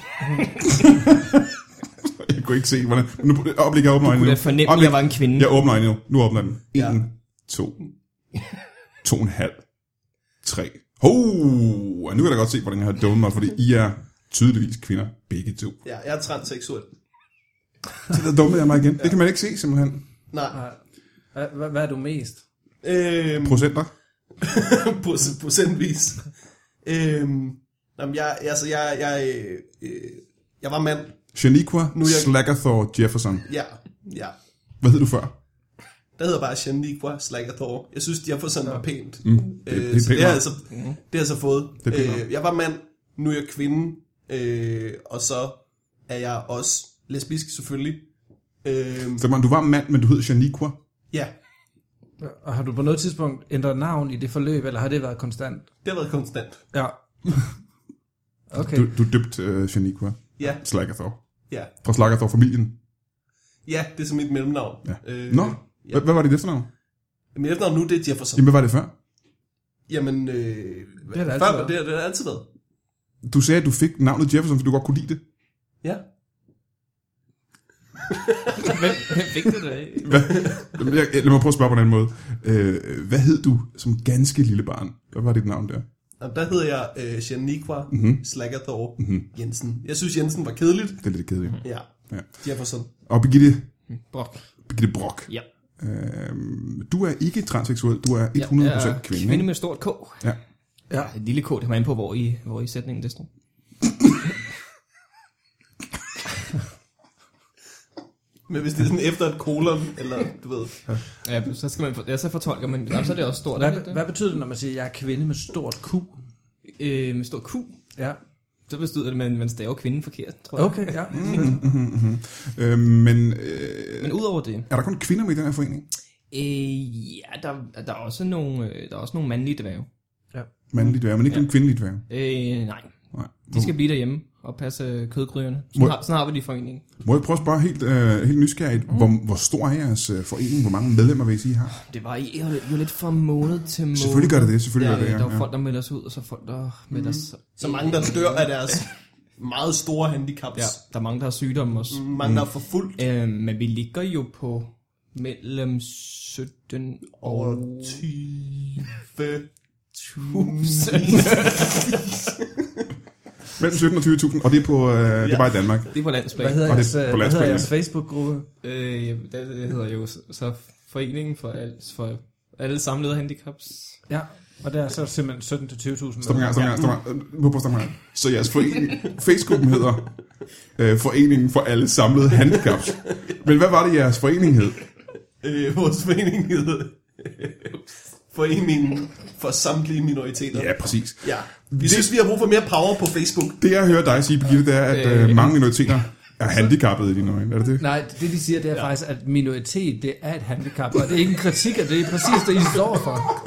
Jeg kunne ikke se, hvordan... Nu oplæg, jeg åbner øjnene nu. Du kunne fornemme, at jeg var en kvinde. Jeg åbner øjnene nu. Nu åbner den. En, ja. to, to og en halv, tre. Oh, og nu kan jeg godt se, hvordan jeg har dummet mig, fordi I er tydeligvis kvinder, begge to. Ja, jeg er transseksuel. Så der dummede jeg mig igen. Ja. Det kan man ikke se, simpelthen. Nej. Hvad, hvad er du mest? Øhm, Procenter? Procentvis. øhm, Jamen, jeg, altså, jeg, jeg, øh, jeg var mand. Shaniqua Nu er jeg- Slagathor Jefferson. Ja, ja. Hvad hed du før? Der hedder bare Shaniqua Slagathor. Jeg synes, Jefferson var pænt. Mm, det, det, Øh, det er så pænt det har jeg nok. så, det har jeg så fået. Det er pænt nok. Øh, jeg var mand, nu er jeg kvinde, øh, og så er jeg også lesbisk selvfølgelig. Øh, Så man, du var mand, men du hed Shaniqua. ja, Og har du på noget tidspunkt ændret navn i det forløb, eller har det været konstant? det har været konstant. Ja. Okay. Du, du døbte uh, Shaniqua Ja, Slagathor. ja. Fra Slagathor-familien. Ja, det er som mit mellemnavn. Ja. Øh, Nå, ja. hvad, hvad var dit efternavn? Mit efternavn nu, det er Jefferson. Jamen, hvad var det før? Jamen, øh, Det har det altid før, været. det, har- det har altid været. Du sagde, at du fik navnet Jefferson, fordi du godt kunne lide det. Ja. Hvem, hvem fik det af? Hvad? Jamen, jeg, lad mig prøve at spørge på en anden måde. Øh, hvad hed du som ganske lille barn? Hvad var dit navn der? Og der hedder jeg øh, Shaniqua Mhm. Slagathor Mhm. Jensen. Jeg synes, Jensen var kedeligt. Det er lidt kedeligt. Ja, Ja. Jefferson. Og Birgitte, Brok. Birgitte Brock. Ja. Øh, du er ikke transseksuel, du er hundrede procent Jeg er kvinde. Kvinde ikke? med stort K. Ja. Ja. Et lille K, det kommer an på, hvor i, hvor i sætningen det står. Men hvis det er sådan efter et kolon, eller du ved. Ja, så skal man, ja, så fortolker man, ja, så er det også stort. Hvad, er det ikke hvad betyder det, når man siger, at jeg er kvinde med stort Q? det? Øh, med stor Q, Ja. så betyder det, at man, man staver kvinden forkert, tror jeg. Okay, ja. Øh, men øh, Men udover det, er der kun kvinder med i den her forening? øh, ja, der, der, er også nogle, øh, der er også nogle mandlige dværge. Mandlige dværge, men ikke Ja. ja. en kvindelig dværge. Øh, nej, Nej. de skal blive derhjemme og passe kødgryderne. Må- Sådan har, sådan har vi det i foreningen. Må jeg prøve at spørge helt, øh, helt nysgerrigt, mm. hvor, hvor stor er jeres øh, forening? Hvor mange medlemmer vil I sige har? Det varierer jo lidt fra måned til måned. Selvfølgelig gør det det, selvfølgelig ja, gør det, ja, Der er ja. folk, der melder sig ud, og så folk, der melder sig. Så mange, der dør af deres meget store handicaps. Ja, der er mange, der har sygdomme også. Mange, der er forfulgt. Øh, men vi ligger jo på mellem sytten Over og tyve tusind. Mellem sytten og tyve tusind, og det er, på, øh, ja. det er bare i Danmark. Det er på landsplan. Hvad hedder Og det jeres, er på hvad hedder landsplan, jeres Facebook-gruppe? Øh, det, det hedder jo så, så Foreningen for, al, for alle samlede handicaps. Ja, og der er så simpelthen sytten til tyve tusind. Stop en gang, stop en gang, stop en gang. Nu på stop en gang. Så jeres forening, Facebooken hedder øh, Foreningen for alle samlede handicaps. Men hvad var det, jeres forening hed? Øh, vores forening hedder Foreningen for samtlige minoriteter. Ja, præcis. Ja. Vi synes, vi har brug for mere power på Facebook. Det jeg hører dig sige, Birgitte, det er, at øh, mange minoriteter er handicappede i dine øjne. Er det det? Nej, det de siger, det er ja. faktisk, at minoritet, det er et handicap, og det er ikke en kritik, og det er præcis det, I står for.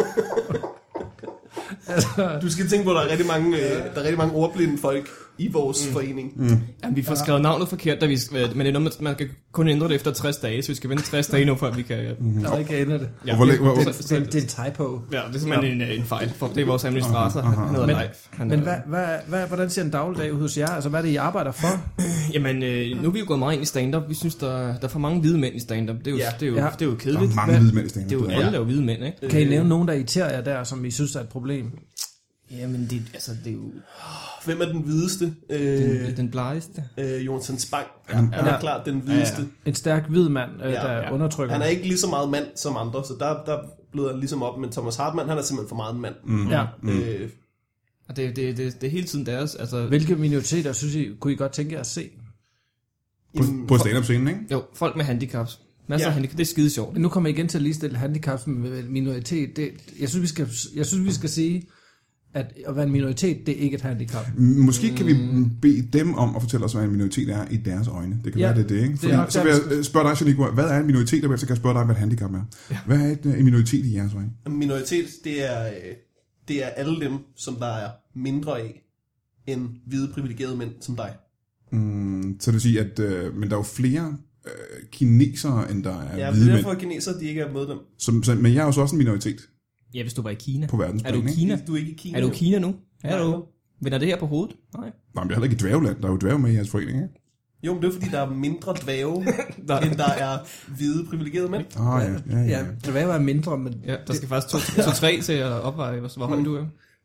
altså, Du skal tænke på, at der er rigtig mange, øh, der er rigtig mange ordblinde folk i vores mm. forening. Mm. Jamen, vi får skrevet navnet forkert, da vi, skal- men det er noget, man kan kun ændre det efter tres dage, så vi skal vente tres dage nu, før vi kan... Ja, der er ikke ender det. ja, Og hvor længe- hvor- Det, så- det, så- det, det er en typo. ja, det er simpelthen en, en fejl, for det er vores administrator, han hedder Men- Leif. Han Men er- hvad, hvad, hvad, hvordan ser en dagligdag ud hos jer? Altså, hvad er det, I arbejder for? Jamen, øh, nu er vi jo gået meget ind i stand-up. Vi synes, der, der er for mange hvide mænd i stand-up. Det er jo, Ja. det er jo, Ja. det er jo Der kedeligt. er mange Hvad- hvide mænd i Det er jo stedet. alle, der er jo hvide mænd, ikke? Kan I nævne nogen, der irriterer jer der, som I synes er et problem? Jamen, det, altså, det er jo Hvem er den hvideste? Øh, den, den blegeste. øh, Jonathan Spang. Ja. Han er Ja. klart den hvideste. En stærk hvid mand, øh, Ja, der ja. undertrykker. Han er ikke lige så meget mand som andre, så der, der bløder han ligesom op. Men Thomas Hartmann, han er simpelthen for meget en mand. Mm. Ja. Mm. Øh, Og det, det, det, det er hele tiden deres, altså... Hvilke minoriteter synes I, kunne I godt tænke jer at se? På, jamen, på stand-up-scenen, ikke? Jo, folk med handicaps. Masser Ja. af handicaps, det er skide sjovt. Nu kommer jeg igen til at ligestille handicaps med minoritet. Det, jeg, synes, vi skal, jeg synes, vi skal sige, at at være en minoritet, det er ikke et handicap. Måske kan vi bede dem om at fortælle os, hvad en minoritet er i deres øjne. Det kan Ja, være, det er det, ikke? det Fordi, er nok så vil der, vi jeg spørge dig, Shaniqua, hvad er en minoritet, og så kan jeg spørge dig, hvad et handicap er. Ja. Hvad er et, en minoritet i jeres øjne? En minoritet, det er, øh, det er alle dem, som der er mindre af end hvide privilegerede mænd som dig. Mm, så det vil sige, at øh, men der er jo flere øh, kinesere, end der er Ja, hvide det er mænd. derfor, at kinesere de ikke er med dem. Som, så, men jeg er jo så også en minoritet Ja, hvis du var i Kina. på verdensplan, Er du i ikke? Kina? Du er ikke i Kina. Er du i Kina nu? Er Nej. du? Vender det her på hovedet? Nej. Nej, men jeg er heller ikke et dværgeland. Der er jo dværge med i jeres forening, ikke? Jo, men det er fordi, der er mindre dvæve, end der er hvide privilegerede mænd. Ah, ja, ja, ja. Ja, det vil være mindre, men Ja, der skal faktisk to, to tre til at opveje, hvor, hvor høj du er.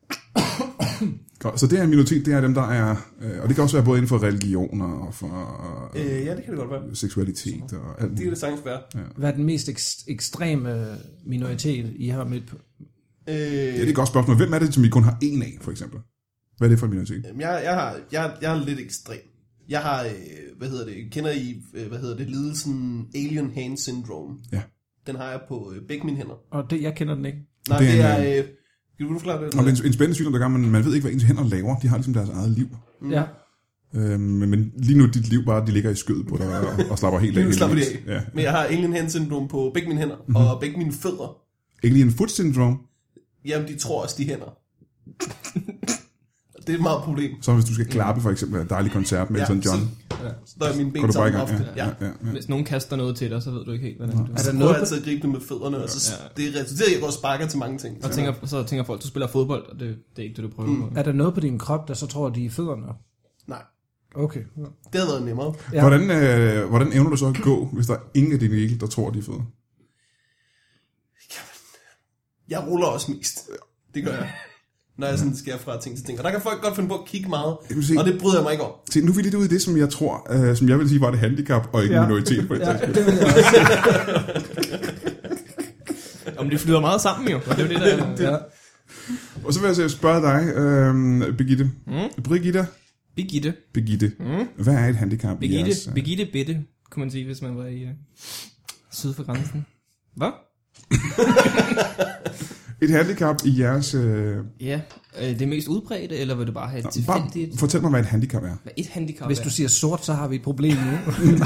Godt. Så det er en minoritet, det er dem, der er... Øh, og det kan også være både inden for religioner og for øh, Øh, ja, det kan det godt være. seksualitet og alt Det kan muligt. det sagtens være. hvad er den mest ekst- ekstreme minoritet, I har mødt på? Øh, Ja, det er et godt spørgsmål. Hvem er det, som I kun har en af, for eksempel? Hvad er det for en minoritet? Jamen, Jeg, jeg, har, jeg, jeg er lidt ekstrem. Jeg har, øh, hvad hedder det, kender I, øh, hvad hedder det, lidelsen Alien Hand Syndrome? Ja. Den har jeg på øh, begge mine hænder. Og det, jeg kender den ikke. Nej, Det det er er, en, øh, kan du forklare det? Nå, det er en, en spændende sygdom, der gør, man, man ved ikke, hvad ens hænder laver. De har ligesom deres eget liv. Mm. Ja. Øhm, men, men lige nu er dit liv bare, de ligger i skødet på dig og, og slapper helt af. Nu slapper de af. Ja. Men jeg har Alien Hand Syndrome på begge mine hænder, mm-hmm. og begge mine fødder. Alien Foot Syndrome. Jamen, de tror også, de hænder. Det er et meget problem. Så hvis du skal klappe for eksempel en dejlig koncert med Ja, Elton John, så, så der er mine går ben du bare i sammen gang. ofte. Ja, Ja. ja, ja, ja. Hvis nogen kaster noget til dig, så ved du ikke helt, hvordan du Er Så der prøver noget jeg på, altid at gribe det med fødderne, og så Ja. det resulterer i, at jeg går og sparker til mange ting. Og tænker, så tænker folk, du spiller fodbold, og det, det er ikke det, du prøver mm. på. er der noget på din krop, der så tror, de er fødderne? Nej, Okay. det havde været nemmere. Ja. Hvordan, øh, hvordan evner du så at gå, hvis der er ingen af dine ikke, der tror, de er fødder? Jeg ruller også mest. Det gør jeg. Når jeg sådan skal fra ting til ting. Og der kan folk godt finde på at kigge meget, Jeg vil sige- og det bryder jeg mig ikke om. Se, nu er vi lidt ude i det, som jeg tror, øh, som jeg vil sige var et handicap, og ikke Ja. en minoritet på et Ja, tidspunkt. det vil jeg også. Om det flyder meget sammen jo, og det er jo det, der... Ja. Og så vil jeg så spørge dig, øh, Birgitte. Mm? Brigitte. Birgitte. Birgitte. Mm? Hvad er et handicap i Birgitte, jeres... øh, Birgitte Bitte, kunne man sige, hvis man var i uh, syd for grænsen. Hvad? Et handicap i jeres... Øh, Ja, øh, det mest udbredte, eller vil du bare have et bare tilfældigt... fortæl mig, hvad et handicap er. Hvad et handicap Hvis er? du siger sort, så har vi et problem nu.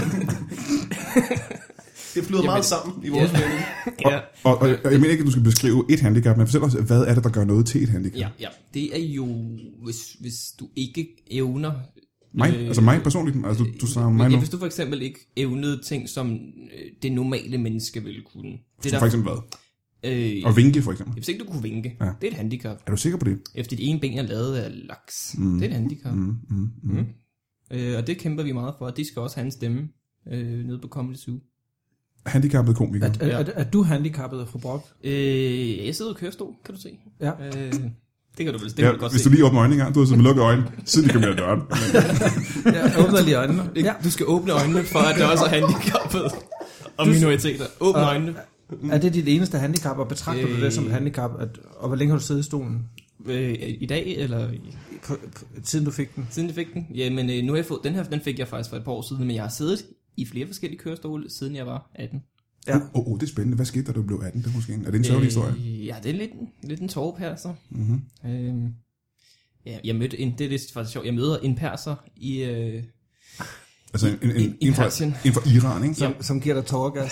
Det flyder Jamen, meget sammen i vores ja. mening. Ja. Og, og, og jeg mener ikke, at du skal beskrive et handicap, men fortæl os, hvad er det, der gør noget til et handicap? Ja, ja. Det er jo, hvis, hvis du ikke evner... Mig? øh, Altså mig personligt? Altså du, du snakker om mig ja, nu? hvis du for eksempel ikke evnede ting, som øh, det normale menneske ville kunne. Det Som for eksempel hvad? øh, Og vinke for eksempel. Hvis ikke du kunne vinke, Ja. ja. det er et handicap. Er du sikker på det? Efter dit ene ben er lavet af laks, Mm. det er et handicap. Mm, mm, mm. Mm. Øh, og det kæmper vi meget for, og de skal også have en stemme øh, nede på Comedy Zoo. Handicappet komiker. Er, er, er, er du handicappet, fru Brock? Øh, jeg sidder i kørestol, kan du se. Ja. Øh, det kan du vel det Ja, kan du godt hvis se. du lige åbner øjnene engang, du har simpelthen lukket øjnene, siden de kom ud af døren. Jeg åbner lige øjnene. Ja. Du skal åbne øjnene for, at der også er handicappet og Du- minoriteter. Åbne Og- øjnene. Er det dit eneste handicap, og betragter du det som et Øh. handicap? At, og hvor længe har du siddet i stolen? Øh, I dag, eller i- På, på, siden du fik den? siden jeg fik den? Jamen, øh, nu har jeg fået, den her den fik jeg faktisk for et par år siden, men jeg har siddet i flere forskellige kørestole, siden jeg var atten. Ja. Åh, oh, oh, det er spændende. Hvad skete der, da du blev atten? Det er måske en, er det en sørgelig historie? Øh, ja, det er lidt, lidt en tårepærser. Mm-hmm. Øh, ja, jeg mødte en, det er lidt faktisk sjovt, jeg møder en perser i... Øh, Altså en, en, en, I- i en, fra, Persien. en fra Iran, ikke? Som, som giver dig tårergast?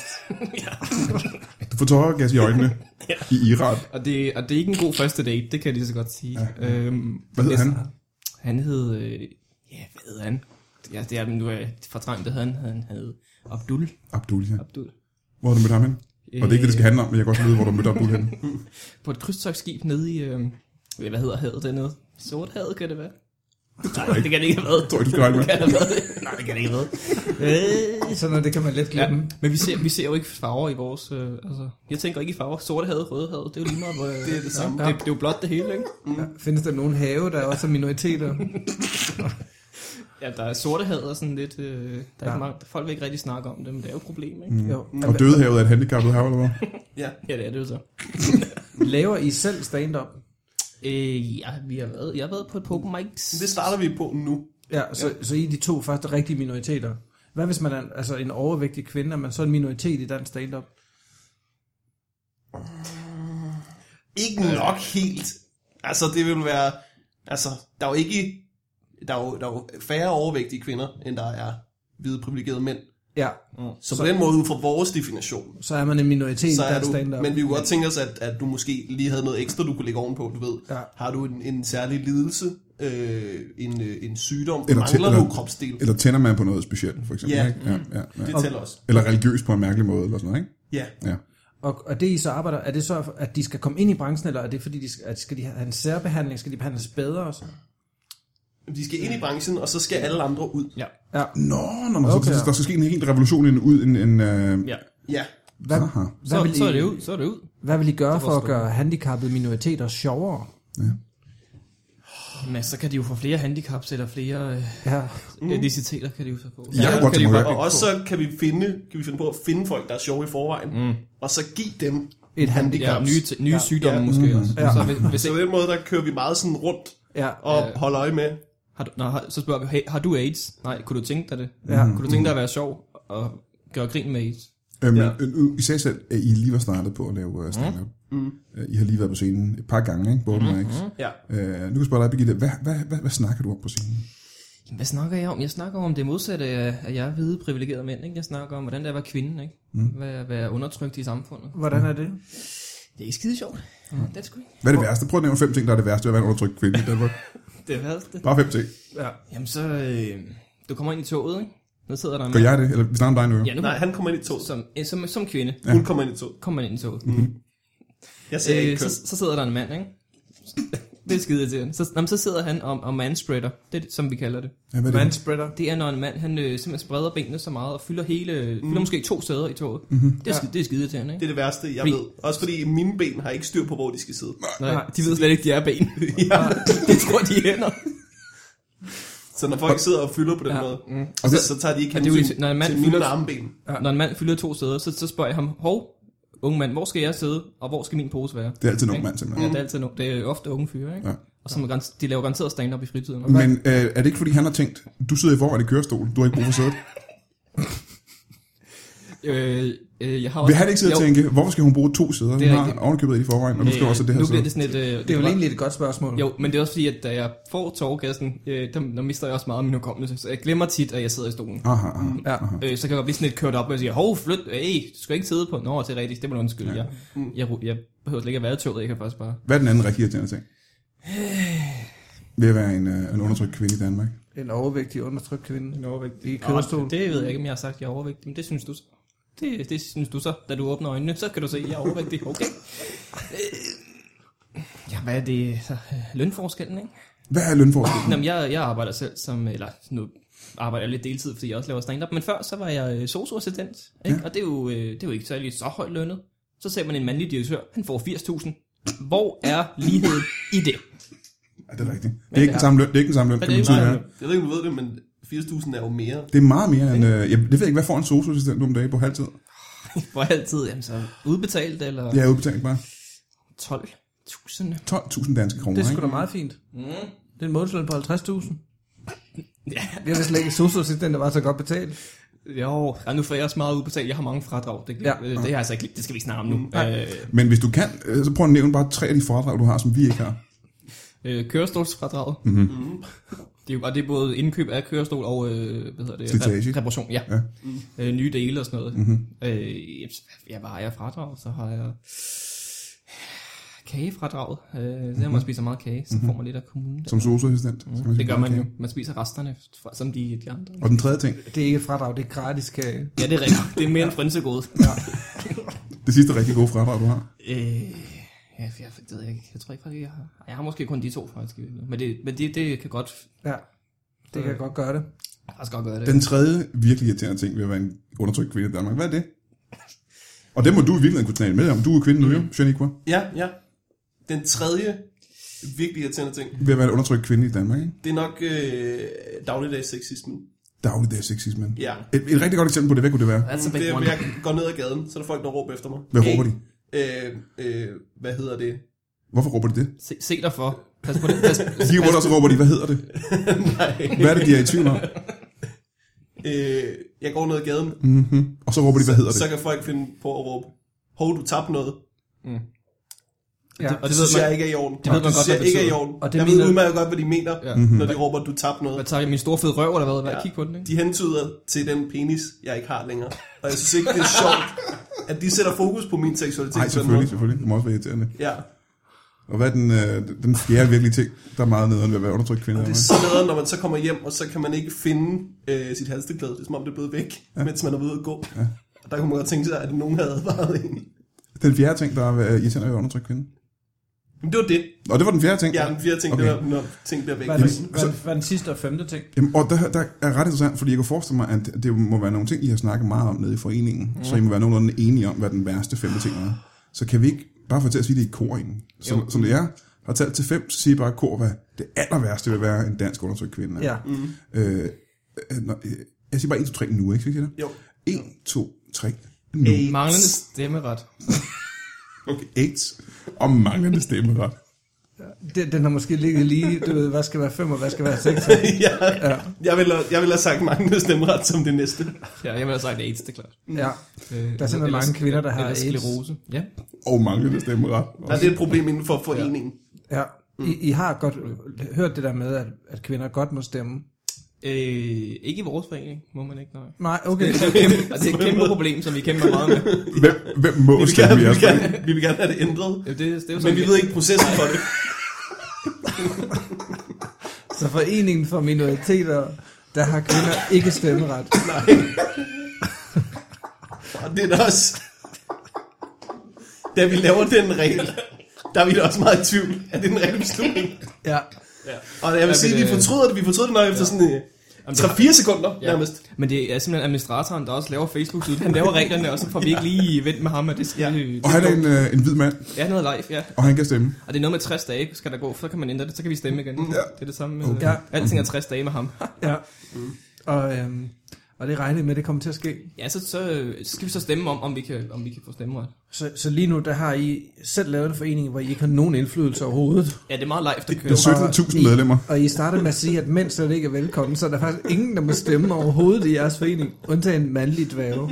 Du får tårergas i øjnene i Iran. og, det, og det er ikke en god første date, det kan jeg lige så godt sige. Ja. Øhm, Hvad hedder han? Han hed... Øh, ja, hvad hedder han? Ja, det er nu er jeg fortrængt, det havde han. Han hed Abdul. Abdul, ja. Abdul. Hvor har du mødt ham hen? Og det er ikke det, det skal handle om, men jeg kan også vide, hvor du mødte Abdul hen. På et krydstogtskib nede i... Øh, hvad hedder havet dernede? Sorthavet kan det være? Det tror Nej, jeg det ikke. kan det ikke have været. Det tror jeg, du skal regne med. Kan det have været det? Nej, det kan det ikke have været. Øh, Sådan noget, det kan man let Ja, glemme. men vi ser, vi ser jo ikke farver i vores... Øh, altså, jeg tænker ikke i farver. Sorte havet, røde havet, det er jo lige meget. Hvor, Det er det samme. Det, det er jo blot det hele, ikke? Ja. Findes der nogen have, der også er minoriteter? Ja, der er sorte havet og sådan lidt... Øh, der er Ja. ikke mange, folk vil ikke rigtig snakke om det, men det er jo et problem, ikke? Mm. Jo. Og Dødehavet er et handicappet hav, eller hvad? Ja. Ja, det er det jo så. Laver I selv stand-up? Øh, ja, vi har været, jeg har været på et open mics. Det starter vi på nu. Ja, så, så I er de to første rigtige minoriteter. Hvad hvis man er altså en overvægtig kvinde, er man så en minoritet i dansk stand-up? Ikke nok helt. Altså, det vil være... Altså, der er jo ikke... Der er jo, der er jo færre overvægtige kvinder, end der er hvide privilegerede mænd. Ja, Så, så på den måde, ud fra vores definition, så er man en minoritet så i er dansk du... stand-up. Men vi kunne godt tænke os, at, at du måske lige havde noget ekstra, du kunne lægge ovenpå, du ved. Ja. Har du en, en særlig lidelse, øh, en, øh, en sygdom, Eller mangler til- eller- du kropsdel? Eller tænder man på noget specielt, for eksempel, Ja. ikke? Ja, ja, ja. Det tæller også. Eller religiøs på en mærkelig måde, eller sådan noget, ikke? Ja. Ja. Og, og det I så arbejder, er det så, at de skal komme ind i branchen, eller er det fordi, de skal, at skal de have en særbehandling, skal de behandles bedre også? De skal ind i branchen, og så skal alle andre ud. Ja. Ja. Nå, nå, nå Okay. så, der skal ske en helt revolution ind, ud en... en uh... Ja. Ja. Hvad, Aha. hvad, Så, vil I, så er det ud, så er det ud. hvad vil I gøre Det for at forstår jeg. gøre handicappede minoriteter sjovere? Men så kan de jo få flere handicaps, eller flere øh, Ja. mm. etniciteter kan de jo så få. Jeg kunne godt kan de tænke jo mig at Og også så kan vi finde, kan vi finde på at finde folk, der er sjove i forvejen, Mm. og så give dem Et handicap. Ja, nye, t- nye Ja. sygdomme Ja. måske også. Ja. Så hvis, hvis Så på ikke, den måde, der kører vi meget sådan rundt. Ja. og Øh. holde øje med. Har du, nå, har, så spørger vi, hey, har du AIDS? Nej, kunne du tænke dig det? Ja. Kunne du tænke dig at være sjov og gøre grin med AIDS? Øh, men Ja. øh, I sagde selv, at I lige var startet på at lave uh, stand-up. Mm. Uh, I har lige været på scenen et par gange, ikke? Både mm. Ja. uh, Nu kan jeg spørge dig, Birgitte, hvad, hvad, hvad, hvad snakker du om på scenen? Jamen, hvad snakker jeg om? Jeg snakker om det modsatte af, af jer hvide privilegerede mænd. Ikke? Jeg snakker om, hvordan det er at være kvinde. Ikke? Mm. Hvad er at være undertrykt i samfundet. Hvordan er det? Det er ikke skide sjovt. Mm. Det er sgu ikke. Hvad er det værste? Prøv at nævne fem ting, der er det værste ved at være en undertrykt kvinde i Danmark. Det er værste. Bare fem ting. Ja. Jamen så, øh, du kommer ind i toget, ikke? Nu sidder der en Gør mand. jeg det? Eller vi snakker om dig nu? Ja, nu Nej, han kommer ind i toget. som, øh, som, som kvinde. Ja. Hun kommer ind i toget. Kommer man ind i toget. Mm. Jeg ser ikke Øh, køn. så, så sidder der en mand, ikke? Det er skide til. Så, jamen, så sidder han og, og manspreader. Det er det, som vi kalder det. Ja, hvad er det? Manspreader. Det er, når en mand han, øh, simpelthen spreder benene så meget og fylder hele, mm. fylder måske to sæder i toget. Mm-hmm. Det er, skide, det er skide til han, ikke? Det er det værste, jeg Fordi- ved. Også fordi mine ben har ikke styr på, hvor de skal sidde. Nej, de ved slet ikke, de er ben. Ja. De tror, de er hænder. Så når folk sidder og fylder på den Ja. måde, Mm. så, så tager de ikke Og det er jo, hensyn når en mand til mine fylder- armben. Ja. Når en mand fylder to sæder, så, så spørger jeg ham, hov, unge mand, hvor skal jeg sidde, og hvor skal min pose være? Det er altid en ung Ikke? mand, Ja, simpelthen. det er altid no- det er ofte unge fyre, ikke? Ja. Og som er garant- de laver garanteret stand-up i fritiden. Men øh, er det ikke fordi, han har tænkt, du sidder i forvejen i kørestol, du har ikke brug for sædet? Øh, øh, jeg har også, Vil han ikke sidde og jo, tænke, hvorfor skal hun bruge to sæder? Hun Det er har rigtigt. ovenikøbet i forvejen, og du skal øh, også have det her nu bliver sæde. det sådan et... Øh, Det er jo var- egentlig et godt spørgsmål. Jo, men det er også fordi, at da jeg får tårgassen, øh, der, der mister jeg også meget af min hukommelse. Så jeg glemmer tit, at jeg sidder i stolen. Aha, aha. Ja. Øh, så kan jeg blive sådan lidt kørt op og sige, hov, flyt, hey, du skal ikke sidde på. Nå, det er rigtigt, det må du undskylde. Ja. Jeg, jeg, jeg behøver slet ikke at være i toget, jeg kan faktisk bare... Hvad er den anden rigtig irriterende ting? Ved at være en, øh, en undertrykt kvinde i Danmark. En overvægtig, undertrykt kvinde. En overvægtig. I kørestol. Det ved jeg ikke, om jeg har sagt, at jeg er overvægtig, men det synes du så. Det, det synes du så, da du åbner øjnene, så kan du se, at jeg er overvægtig. Okay. Øh, ja, hvad er det? Så, øh, lønforskellen, ikke? Hvad er lønforskellen? Jamen, jeg, jeg arbejder selv som, eller nu arbejder jeg lidt deltid, fordi jeg også laver stand-up, men før så var jeg øh, sosu-assistent, ikke? Ja. Og det er, jo, øh, det er jo ikke særlig så højt lønnet. Så ser man en mandlig direktør, han får firs tusind. Hvor er ligheden i det? Ja, det er rigtigt. Det er ikke den samme løn, det er ikke den samme løn, Men kan man det er sige. ikke Ja. Jeg ved ikke, om du ved det, men firs tusind er jo mere. Det er meget mere end... Øh, jeg, det ved jeg ikke, hvad får en sosu-assistent om dagen på halvtid? For altid, jamen så udbetalt, eller Det er udbetalt bare tolv tusind. tolv tusind danske kroner, Det er sgu ikke? da meget fint. Mm. Det er en månedsløn på halvtreds tusind. Ja, Jeg vil slet ikke sosu-assistent, der var så godt betalt. jo, ja, nu får jeg også meget udbetalt. Jeg har mange fradrag, det, Ja. ja. det, det, er altså ikke, det skal vi ikke snakke om nu. Øh, Men hvis du kan, øh, så prøv at nævne bare tre af de foredrag, du har, som vi ikke har. øh, kørestolsfradraget. Mm-hmm. Det er jo, og det er både indkøb af kørestol og øh, hvad hedder det, Slitage. Re- reparation, ja. Ja. Mm. Øh, nye dele og sådan noget. Mm-hmm. Øh, jamen, jeg var jeg fradrag, så har jeg kagefradraget. Øh, det er, man spiser meget kage, så får man lidt af kommunen. Som sosu-assistent. skal man Det sige, gør man okay. jo. Man spiser resterne, fra- som de, de andre. Og den tredje ting, Det er ikke et fradrag, det er gratis kage. Ja, det er rigtigt. Det er mere en frynsegode. det sidste rigtig gode fradrag, du har. Øh, ja, jeg, jeg, det ved jeg ikke. Jeg tror ikke faktisk, jeg har... Jeg har måske kun de to, faktisk. Men det, men det, det kan godt... Ja, det kan godt gøre det. Jeg kan faktisk godt gøre det. Den tredje virkelig irriterende ting ved at være en undertrykt kvinde i Danmark, hvad er det? Og det må du i virkeligheden kunne tale med om. Du er kvinde nu, jo, Shaniqua. Ja, ja. Den tredje virkelig irriterende ting, Ved at være en undertrykt kvinde i Danmark, ikke? det er nok øh, dagligdags sexismen. Dagligdags sexismen. Ja. Et, et rigtig godt eksempel på det, hvad kunne det være? That's a big Det er, one. jeg går ned ad gaden, så er der folk, der råber efter mig. Hvad Hey, råber de? Øh, øh, hvad hedder det? Hvorfor råber de det? Se, se dig for. Pas på det. Pas, pas, De rundt, og så råber de, hvad hedder det? Nej. Hvad er det, de er i tvivl om? Øh, jeg går ned ad gaden, Mm-hmm. Og så råber de, hvad hedder så det? kan folk finde på at råbe, hov, du tabte noget. Ja. og Det, det det ved synes man, jeg ikke er i orden. det ved man det godt, synes jeg hvad ikke er i betyder. orden. Og det jeg mener- ved udmærket godt, hvad de mener, Ja. når de råber, du tabte noget. hvad tager jeg min store fede røv, eller hvad? Hvad Ja. kig på den, ikke? De hentyder til den penis, jeg ikke har længere. Og jeg synes ikke, det er sjovt, at de sætter fokus på min seksualitet. Nej, på den selvfølgelig, måde. selvfølgelig. Det må også være irriterende. Ja, Og hvad er den, øh, den fjerde virkelig ting, der er meget nederen ved at være undertrykt kvinde? det er så nederen, når man så kommer hjem, og så kan man ikke finde øh, sit halsteklæde. Det er som om, det er blevet væk, ja. mens man er ude at gå. Ja. Og der kunne man godt tænke sig, at nogen havde advaret en. Den fjerde ting, der er øh, irriterende ved at være undertrykt kvinde. Men det var det. Og det var den fjerde ting? Ja, den fjerde ting, Okay. okay. det var, når ting bliver væk. Hvad er, den, hvad, er den, hvad er den sidste og femte ting? Jamen, og der, der er ret interessant, fordi jeg kan forestille mig, at det må være nogle ting, I har snakket meget om nede i foreningen, mm. så I må være nogenlunde enige om, hvad den værste femte ting er. Så kan vi ikke bare få til at sige det i kor egentlig? Som, som det er, har talt til fem, så siger I bare i kor, hvad det aller værste vil være en dansk undertrykt kvinde. Ja. Mm. Øh, øh, når, øh, jeg siger bare en, to, tre nu, ikke? Skal jeg sige det? Jo. en, to, tre nu. Hey. Manglende stemmeret. Okay, AIDS og manglende stemmeret. Den, den har måske ligget lige, du ved, hvad skal være fem og hvad skal være seks. ja, ja. Jeg, vil, jeg vil have sagt mange stemmeret som det næste. Ja, jeg vil have sagt AIDS, det er klart. Ja, der er simpelthen mange kvinder, der har AIDS. Sklerose. Ja. Og mange, der stemmer ret. Ja, det er et problem inden for foreningen. Ja, I, I har godt hørt det der med, at, at kvinder godt må stemme. Øh, ikke i vores forening, må man ikke, nej. Nej, okay. Det er et kæmpe, altså, det er et kæmpe problem, som vi kæmper meget med. Hvem, hvem må Vi vil, stemme gerne, i vi, jeres vil forening? gerne, vi vil gerne have det ændret. Ja, det, det er jo Men sådan, vi ved ikke processen for det. Så foreningen for minoriteter, der har kvinder ikke stemmeret. Nej. Og det er da også... Da vi laver den regel, der er vi da også meget i tvivl. Er det en reel beslutning? Ja. Og jeg vil Ja, sige, men, at vi fortryder det. Vi fortryder det nok efter sådan øh, tre fire sekunder Ja. nærmest. Men det er simpelthen administratoren, der også laver Facebook-siden. Han laver reglerne, og så får vi ikke lige vendt med ham, at det skal... Ja. det Og han er en, øh, en hvid mand, Ja, han hedder Leif, ja. og han kan stemme. Og det er noget med tres dage, skal der gå, så kan man ændre det, så kan vi stemme igen. Ja. Det er det samme med... Ja. Alting er tres dage med ham. Ja. Og, øhm, og det regner med, at det kommer til at ske. Ja, så, så skal vi så stemme om, om vi kan, om vi kan få stemmeret. Så, så lige nu, der har I selv lavet en forening, hvor I ikke har nogen indflydelse overhovedet. Ja, det er meget live, der Der er kører. sytten tusind I- medlemmer. Og I startede med at sige, at mænd slet ikke er velkommen, så der er faktisk ingen, der må stemme overhovedet i jeres forening, undtagen en mandlig dværge.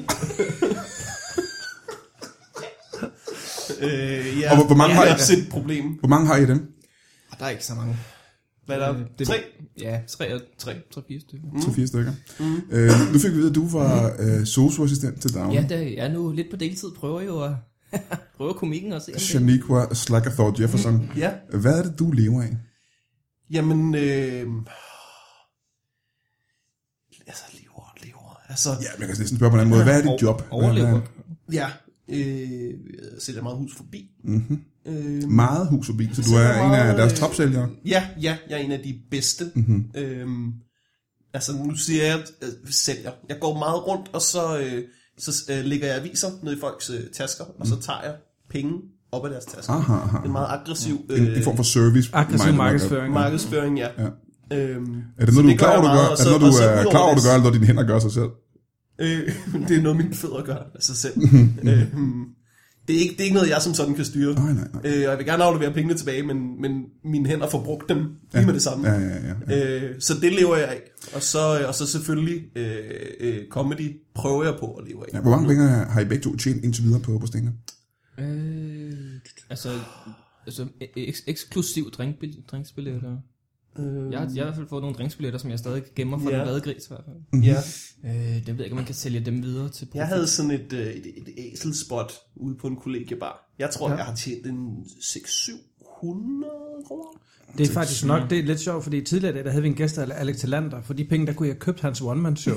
Øh, ja, Og hvor- hvor mange ja, har I? det er også et problem. Hvor mange har I dem? Og der er ikke så mange. Hvad er der? Øh, det- Tre? Ja, tre og tre, tre, fire stykker. Mm. tre fire stykker. Mm. Øh, nu fik vi ved, at du var øh, sosu-assistent til Down. Ja, der, jeg er nu lidt på deltid, prøver jo at prøve komikken og se. om det- Shaniqua Slackerthor Jefferson. Ja. Hvad er det, du lever af? Jamen, øh... altså, lever, lever. Altså, Ja, men jeg kan næsten spørge på en anden måde. Hvad er dit job? Overlever. Hvad ja. Øh, jeg sætter meget hus forbi. Mm-hmm. Øh, Meget hus forbi, så du Så er meget, en af deres øh, topsælgere. ja, ja, jeg er en af de bedste. Mm-hmm. Øhm, altså, nu siger jeg, at øh, sælger. Jeg går meget rundt, og så, øh, så øh, lægger jeg aviser ned i folks øh, tasker, og så tager jeg penge op af deres tasker. Aha, aha. En meget aggressiv En, øh, en form for service. Aggressiv minded markedsføring. markedsføring, ja. Ja. Øhm, Er det så noget, du er gør klar over, jeg du gør? meget, Er og det så- noget, og du så er udover klar over, du det- gør, eller noget, dine hænder gør sig selv? Øh, det er noget, mine fødder gør af sig selv. øh, det, er ikke, det er ikke noget, jeg som sådan kan styre. Nej, nej, nej. Øh, og jeg vil gerne aflevere pengene tilbage, men, men mine hænder får brugt dem lige Ja. med det samme. Ja, ja, ja. ja. Øh, så det lever jeg af. Og så, og så selvfølgelig øh, øh, comedy prøver jeg på at leve af. Ja, hvor mange penge har I begge to tjent indtil videre på, på Stena? Øh, altså, altså eks- eksklusiv drinkbil- drinksbilletter. Øh, Jeg har, jeg har i hvert fald fået nogle drinksbilletter, som jeg stadig gemmer fra Ja. den gris i hvert fald. ja. Øh, det ved jeg ikke, om man kan sælge dem videre til profit. Jeg havde sådan et, øh, et, et æselspot ude på en kollegiebar. Jeg tror, Ja. ja. jeg har tjent en seks syv hundrede kroner. Det er faktisk nok, det er lidt sjovt, fordi tidligere i dag, der havde vi en gæst af Alex Tillander. For de penge, der kunne jeg købt hans one-man-show.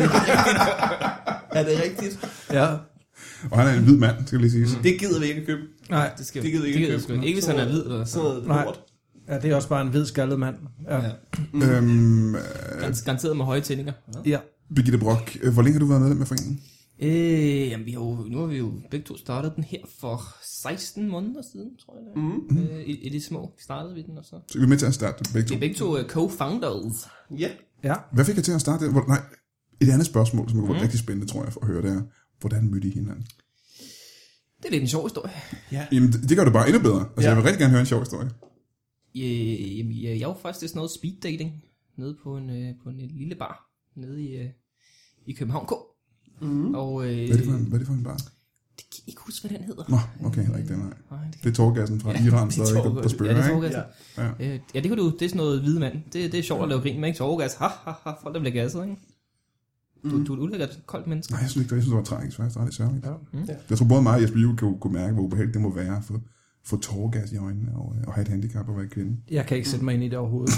Er det rigtigt? Ja. Og han er en hvid mand, skal jeg lige sige. Mm. Det gider vi ikke at købe. Nej, Det skal Det gider vi ikke det gider købe. jeg sgu ikke. Ikke hvis han er hvid. Eller Sådan noget Nej. lort. ja, det er også bare en hvid skaldet mand. Ja. Ja. Øhm, øh, Gar- Garanteret med høje tændinger. Ja. ja. Birgitte Brock, øh, hvor længe har du været medlem af foreningen? Øh, jamen, vi har jo, nu har vi jo begge to startet den her for seksten måneder siden, tror jeg det er. Mm. Øh, i, I de små startede vi den, og så... Så vi er med til at starte begge Vi to. er begge to uh, co-founders. Ja. Ja. Hvad fik jeg til at starte det? Hvor, nej, et andet spørgsmål, som kunne være rigtig spændende, tror jeg, for at høre, det er, hvordan mødte I hinanden? Det er lidt en sjov historie. Ja. Jamen, det, det gør det bare endnu bedre. Altså, Ja. jeg vil rigtig gerne høre en sjov historie. Øh, jamen, jeg, jeg var faktisk til sådan noget speed dating nede på en, øh, på en lille bar nede i, øh, i København K. Mm. Og øh, Hvad er det for en, hvad er det for en bar? det kan jeg ikke huske, hvad den hedder. Nå, okay, ikke det, nej. Nej, det, Det er tårgassen fra Iran, stadig, der, der ja, spørger, det er ikke? tårgassen. Ja. Øh, ja, det kan du. Det er sådan noget hvide mand. Det, det er sjovt at lave grin med, ikke? Tårgas. Ha, ha, ha. Folk, der bliver gasset, ikke? Du, du er et ulækkert koldt menneske. Nej, jeg synes ikke, det, jeg synes, det var tragisk, faktisk. Det var lidt sørgeligt. Ja. Mm. Jeg tror både mig og Jesper Juhl kunne, kunne mærke, hvor ubehageligt det må være at få, få tårgas i øjnene og, og have et handicap og være kvinde. Jeg kan ikke sætte mig ind i det overhovedet.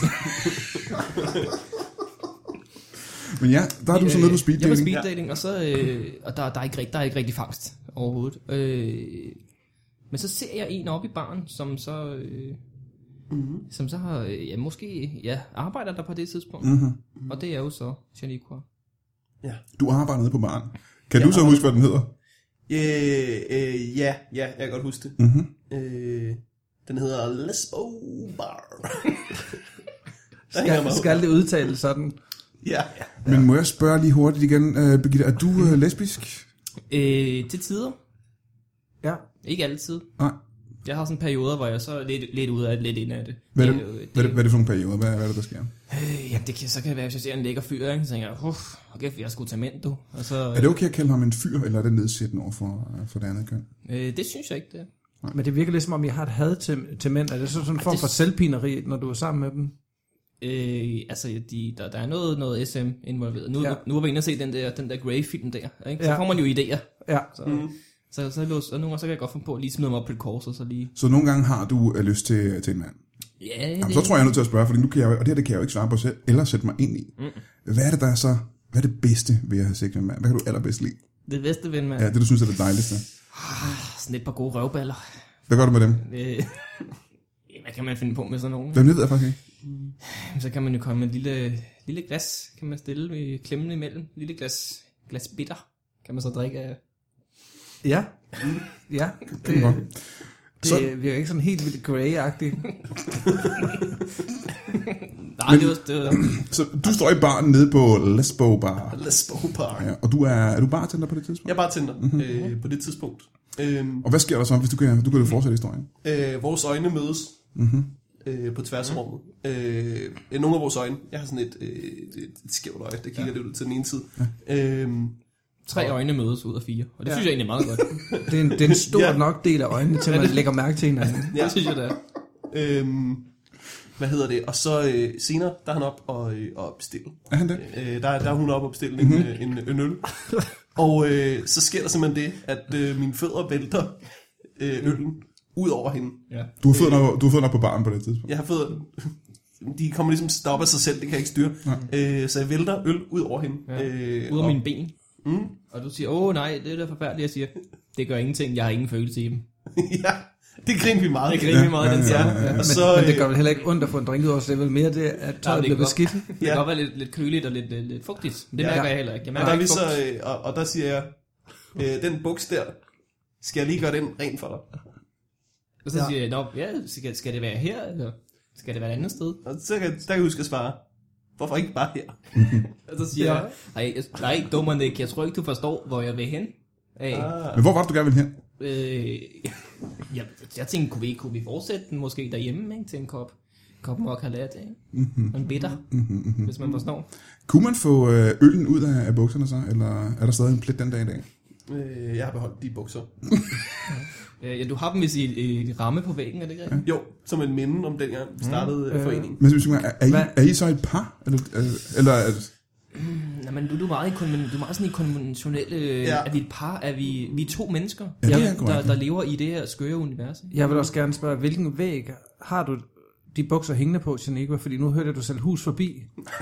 Men ja, der er du så med på speed Jeg var dating. speed dating, og, så, øh, og der, der, er ikke, rigt- der er ikke rigtig fangst overhovedet. Øh, men så ser jeg en oppe i baren, som så, øh, Mm. som så har, øh, ja, måske ja, arbejder der på det tidspunkt. Mm-hmm. Og det er jo så Shaniqua. Ja. Du arbejder nede på baren. Kan Jeg du så huske, hvad den hedder? Øh, øh, ja, ja, jeg kan godt huske det. Mm-hmm. Øh, den hedder Lesbo Bar. Der hænger jeg mig Skal, ud. skal det udtales sådan? Ja. Men må jeg spørge lige hurtigt igen, uh, Birgitte, er du uh, lesbisk? Øh, til tider. Ja. Ikke altid. Nej. jeg har sådan perioder, hvor jeg så er lidt, lidt ude af det, lidt ind af det. Hvad er det, det, det, hvad er det, hvad er det for nogle perioder? Hvad, hvad er det, der sker? Øh, jamen, det kan, så kan det være, hvis jeg ser en lækker fyr, ikke? Så tænker jeg, uff, okay, jeg skulle tage mænd, du. Og så, Er det okay at kalde ham en fyr, eller er det nedsættende over for, for det andet køn? øh, det synes jeg ikke, det er. Men det virker lidt som om, jeg har et had til, til mænd. Er det så sådan en form for selvpineri, når du er sammen med dem? Øh, altså, de, der, der er noget, noget S M involveret. Nu, Ja. ja. nu har vi inde og se den der, den der Grey-film der, ikke? Så Ja. får man jo idéer. Ja. Så, mm. så, så, så, så nogle gange så kan jeg godt finde på at lige smide mig op på et kors, og så lige... Så nogle gange har du uh, lyst til, til en mand? Ja, Jamen, det, så tror jeg, jeg er nødt til at spørge, fordi nu kan jeg, og det her det kan jeg jo ikke svare på selv, eller sætte mig ind i. Mm. Hvad er det, der er så... Hvad er det bedste ved at have sex med en mand? Hvad kan du allerbedst lide? det bedste ved man. Ja, det du synes er det dejligste. Sådan et par gode røvballer. Hvad gør du med dem? Øh, hvad kan man finde på med sådan nogen? Hvem ved jeg faktisk ikke? Så kan man jo komme med et lille, lille glas, kan man stille ved klemmen imellem. Lille glas, glas bitter, kan man så drikke af. Ja. Ja. Det, Nå. det Så- virker ikke sådan helt vildt grey-agtigt. Nej, det var, det var, Så du står i baren nede på Lesbo Bar. Lesbo Bar. Ja, og du er, er du bartender på det tidspunkt? Jeg er bare tænder mm-hmm. øh, på det tidspunkt. Øhm, Og hvad sker der så, hvis du kan, du kan jo fortsætte historien? øh, vores øjne mødes Mm-hmm. øh, på tværs af rummet. Øh, nogle af vores øjne, jeg har sådan et, øh, et, et skævt øje, der kigger ja. lidt ud til den ene side. Ja. Øhm, tre øjne mødes ud af fire, og det Ja. synes jeg egentlig er meget godt. Det er en, det er en stor Ja. nok del af øjnene, til man lægger mærke til hinanden. ja. Det synes jeg, det er. Øhm, hvad hedder det? Og så øh, senere, der er han op og, øh, og bestille. Er han det? Øh, der, der er hun op og bestille mm-hmm. en, en, en øl. Og øh, så sker der simpelthen det, at øh, mine fødder vælter øh, øllen ud over hende. Ja. Du har fået nok, du har fået nok på baren på det tidspunkt. Jeg har fået... De kommer ligesom stoppe af sig selv, det kan jeg ikke styre. Øh, så jeg vælter øl ud over hende. Ja. Øh, Ud af og- mine ben. Mm, Og du siger, åh nej, det er da forfærdeligt. Jeg siger, det gør ingenting, jeg har ingen følelse i dem. ja, det griner vi meget. Det griner vi meget, Ja, den ja, siger. ja, ja. Og Men, så, men det øh, gør vel heller ikke ondt at få en drink ud over, så det er vel mere det, at tøjet det bliver kan beskidt. Det kan Ja. godt være lidt, lidt køligt og lidt, lidt, lidt fugtigt, men det Ja. mærker jeg heller ikke. Jeg og, mærker der er vi ikke så, fugt. øh, og, og der siger jeg, øh, den buks der, skal jeg lige gøre den ren for dig? Og så Ja. siger jeg, nå, ja, skal, skal det være her, eller skal det være et andet sted? Og så kan, der kan jeg huske at svare, hvorfor ikke bare her? Og så siger Ja. jeg, nej, jeg- nej, dummer Nick, jeg tror ikke, du forstår, hvor jeg vil hen. Hey. Ah. Men hvor var det, du gerne ville hen? Øh, jeg, jeg tænkte, kunne vi, kunne vi fortsætte den måske derhjemme, ikke, til en kop, kop mokka latte, ikke? Mm-hmm. Og en bitter, Mm-hmm. hvis man forstår. Kunne man få øh, øllen ud af, af bukserne så, eller er der stadig en plet den dag i dag? Øh, jeg har beholdt de bukser. Øh, ja, du har dem vist i, i, i ramme på væggen, er det ikke rigtigt? Jo, som en minde om dengang vi startede mm. Øh. foreningen. Men hvis, er, er, I, Hvad? er I så et par? Eller, eller er, Nej, men du, du, er meget i konven, du er meget sådan i konventionelle... Ja. Ja. Er vi et par? Er vi, vi er to mennesker, Ja, det er der, korrekt. der lever i det her skøre univers? Ikke? Jeg vil også gerne spørge, hvilken væg har du de bukser hængende på, Janikva? Fordi nu hørte jeg, du selv hus forbi.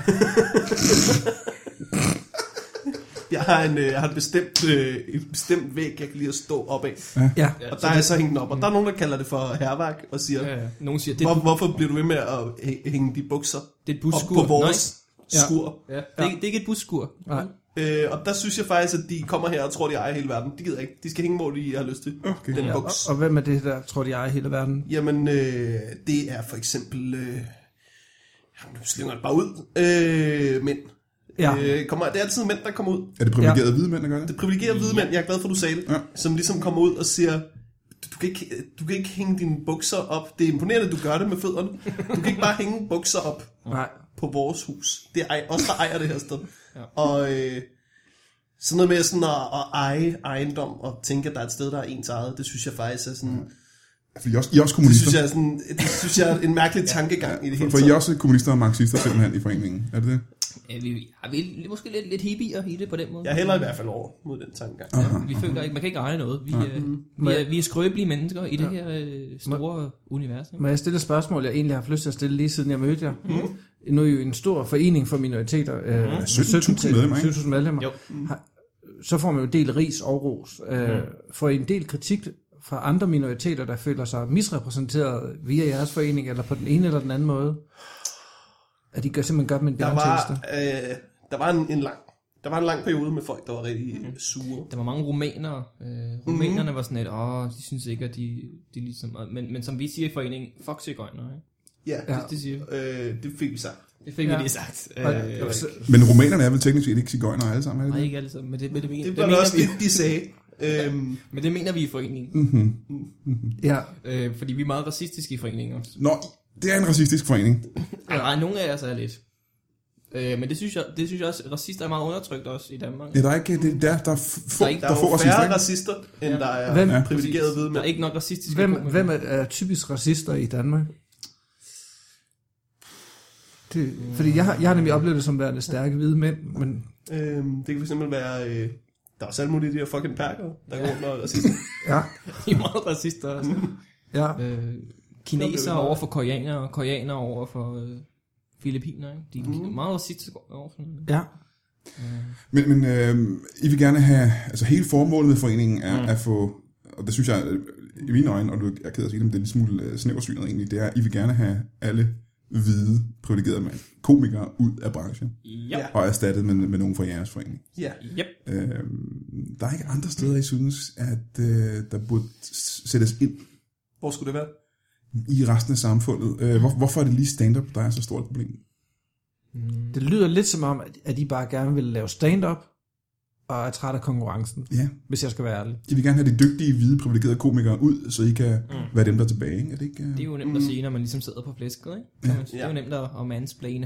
Jeg har en, øh, jeg har et bestemt, øh, et bestemt væg, jeg kan lide at stå op af. Ja. Ja, Og der er jeg så hængt den op. Og der er nogen, der kalder det for herværk og siger, Ja, ja. Nogen siger, det, Hvor, hvorfor bliver du ved med at hæ- hænge de bukser det er et op busskur. på vores Ja. skur? Nej, ja. det, er, det er ikke et busskur. Nej. Øh, og der synes jeg faktisk, at de kommer her og tror, de ejer hele verden. De gider ikke. De skal hænge, hvor de har lyst til. Okay. Den Ja, og, buks. og hvem er det, der tror, de ejer hele verden? Jamen, øh, det er for eksempel... Øh, jamen, nu slinger det bare ud. Øh, mænd. Ja. Øh, kommer, det er altid mænd, der kommer ud. er det privilegerede hvide mænd, der gør det? Det privilegerede hvide mænd, jeg er glad for, du sagde det, Ja. som ligesom kommer ud og siger, du, du, kan ikke, du kan ikke hænge dine bukser op. Det er imponerende, at du gør det med fødderne. Du kan ikke bare hænge bukser op Nej. på vores hus. Det er os, der ejer det her sted. Ja. Og øh, sådan noget med sådan at, at eje ejendom og tænke, at der er et sted, der er ens eget, det synes jeg faktisk er sådan... Fordi I er også, I er også Det kommunister. synes jeg er, sådan, det synes jeg er en mærkelig tankegang i det hele For I er taget. også kommunister og marxister simpelthen i foreningen. Er det det? Ja, vi, ja, vi er måske lidt, lidt hippier i det på den måde. Jeg hælder i hvert fald over mod den tankegang. Aha. Vi føler ikke, man kan ikke eje noget. Vi, er, vi, er, vi er skrøbelige mennesker i det her øh, store univers. Ikke? Må jeg stille et spørgsmål, jeg egentlig har haft lyst til at stille lige siden jeg mødte jer? Mm. Nu er I jo en stor forening for minoriteter. Øh, sytten tusind medlemmer, ikke? sytten tusind medlemmer. Jo. Har, så får man jo en del ris og ros. Øh, får I en del kritik fra andre minoriteter, der føler sig misrepræsenteret via jeres forening, eller på den ene eller den anden måde? At de gør, simpelthen gør dem en Der bjørntjeneste? var, øh, der var en, en lang der var en lang periode med folk, der var rigtig sure. Der var mange rumænere. Øh, rumænerne var sådan lidt, åh, de synes ikke, at de, de ligesom... Men, men som vi siger i foreningen, fuck cigøjner, ikke? Ja, Ja. Det, det siger vi. øh, det fik vi sagt. Det fik ja. Ja. vi lige sagt. Og- Øh, så- Men rumænerne er vel teknisk set ikke cigøjner alle sammen, er det nej, det? ikke alle sammen, men det, men det, Det det var mener også vi. det, de sagde. Øhm, Men det mener vi i foreningen. Mm-hmm. Ja, Øh, fordi vi er meget racistiske i foreningen også. Nå, det er en racistisk forening. Ja. Nej, nogle af os er lidt. Øh, men det synes jeg, det synes jeg også, racister er meget undertrykt også i Danmark. Ja, der er ikke, det, der, der er få, Der er ikke- der der er er få jo racister, færre ikke? racister, end Ja. der er Hvem- ja, privilegerede hvide Der er mænd. ikke nok racistiske hvem, komikere. hvem er, er typisk racister i Danmark? Det, fordi jeg har, jeg har nemlig oplevet det som værende stærke hvide mænd, men Øhm, det kan fx være, øh, der er også alle mulige af de her fucking perker, der går rundt og er racister. ja, De er meget racister også. ja. øh, kineser over for koreanere, og koreanere over for øh, filippiner. Ikke? De er Mhm. meget racistiske over for noget. Ja, Men, men øh, I vil gerne have, altså hele formålet med foreningen er Mm. at få, og det synes jeg, øh, i mine øjne, og du er ked af at sige det, men det er en smule øh, snæversynet egentlig, det er, at I vil gerne have alle hvide, privilegerede mænd, komikere ud af branchen, Ja. Ja. og erstattet med, med nogen fra jeres forening. Ja. Yep. Øh, der er ikke andre steder, I synes, at øh, der burde s- sættes ind Hvor skulle det være? i resten af samfundet. Øh, hvor, hvorfor er det lige stand-up, der er så stort et problem? det lyder lidt som om, at- at de bare gerne vil lave stand-up, og er træt af konkurrencen, Ja, hvis jeg skal være ærlig. I vil gerne have de dygtige, hvide, privilegerede komikere ud, så I kan Mm. være dem, der er tilbage. Ikke? Er det ikke? øh? Det er jo nemt at sige, når man ligesom sidder på flæsket, ikke? Kan man, det er jo nemt at, at mansplane.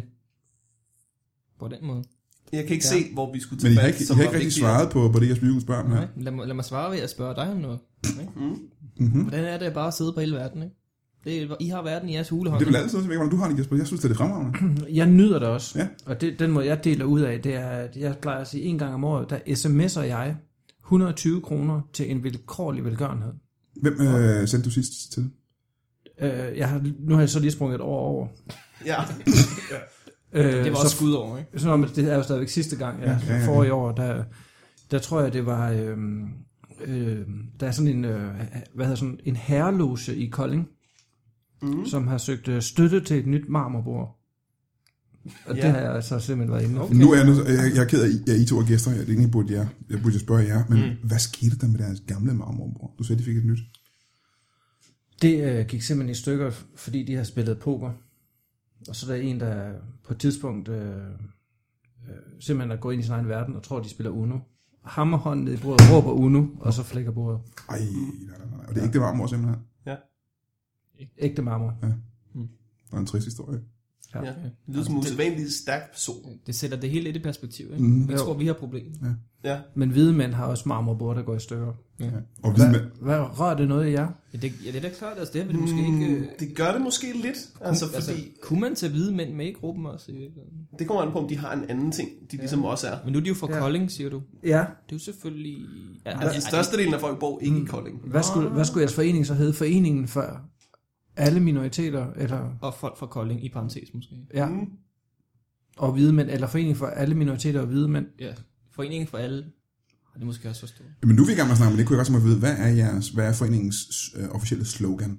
På den måde. Jeg kan ikke Ja. se, hvor vi skulle Men I tage har fat, ikke, I som har var ikke rigtig vigtigere. svaret på, på det, jeg spiller spørger om her. Nej, lad, mig, lad mig svare ved at spørge dig om noget. Ikke? Mm. Mm-hmm. Hvordan er det bare at sidde på hele verden, ikke? Det er, I har verden i jeres hulehånd. Det er vel altid noget, hvordan du har det, Jesper. Jeg synes, det er det fremragende. Jeg nyder det også, Ja. og det, den måde, jeg deler ud af, det er, at jeg plejer at sige, en gang om året, der sms'er jeg et hundrede og tyve kroner til en vilkårlig velgørenhed. Hvem øh, sendte du sidst til? Øh, jeg har, nu har jeg så lige sprunget et år over. Ja. Øh, Det var så, også skud over, ikke? så, men det er jo stadigvæk sidste gang, ja, Ja, ja, ja. forrige år, der, der tror jeg, det var, øh, øh, der er sådan en, øh, hvad hedder sådan, en herreloge i Kolding, Mm. som har søgt øh, støtte til et nyt marmorbord. Og Ja. det har jeg altså simpelthen været inde Okay. Nu er jeg, nødt- jeg, jeg er ked af, at I, I to er gæster her. Det er egentlig burde jeg, jeg burde spørge jer. Men mm. hvad skete der med deres gamle marmorbord? Du sagde, de fik et nyt. Det øh, gik simpelthen i stykker, fordi de har spillet poker. Og så er der en, der på et tidspunkt øh, øh, simpelthen er gået ind i sin egen verden og tror, de spiller Uno. Hammer hånden ned i bordet, råber Uno, og så flækker bordet. Ej, nej, nej, nej. Og det er ikke det marmor simpelthen. Ægte marmor. Det er en trist historie. Ja. Det lyder som en usædvanligt stærk person. Det sætter det hele lidt i perspektiv, ikke? Mm. Vi Jo. tror, vi har problemer. Ja. Men hvide mænd har også marmorbord, der går i stykker. Ja. Og hvide Hvad, mænd. hvad rører det noget i jer? Ja, det, ja, det er da klart, altså det er vel måske ikke... Mm, det gør det måske lidt, altså altså, fordi kunne man tage hvide mænd med i gruppen også i virkeligheden? det kommer an på, om de har en anden ting, de ligesom også er. Men nu er de jo fra Ja. Kolding, siger du. Ja. Det er jo selvfølgelig... Ja, Altså, størstedelen af folk bor ikke i Kolding. Hvad skulle, hvad skulle jeres forening så hedde? Foreningen for alle minoriteter? Eller, og folk fra Kolding, i parentes måske. ja. Mm. Og hvide mænd? Eller foreningen for alle minoriteter og hvide mænd? Ja, foreningen for alle. Det er måske også forstået. Men nu er vi i gang med at snakke, men det kunne jeg godt tænke mig at vide. Hvad er, jeres, hvad er foreningens øh, officielle slogan?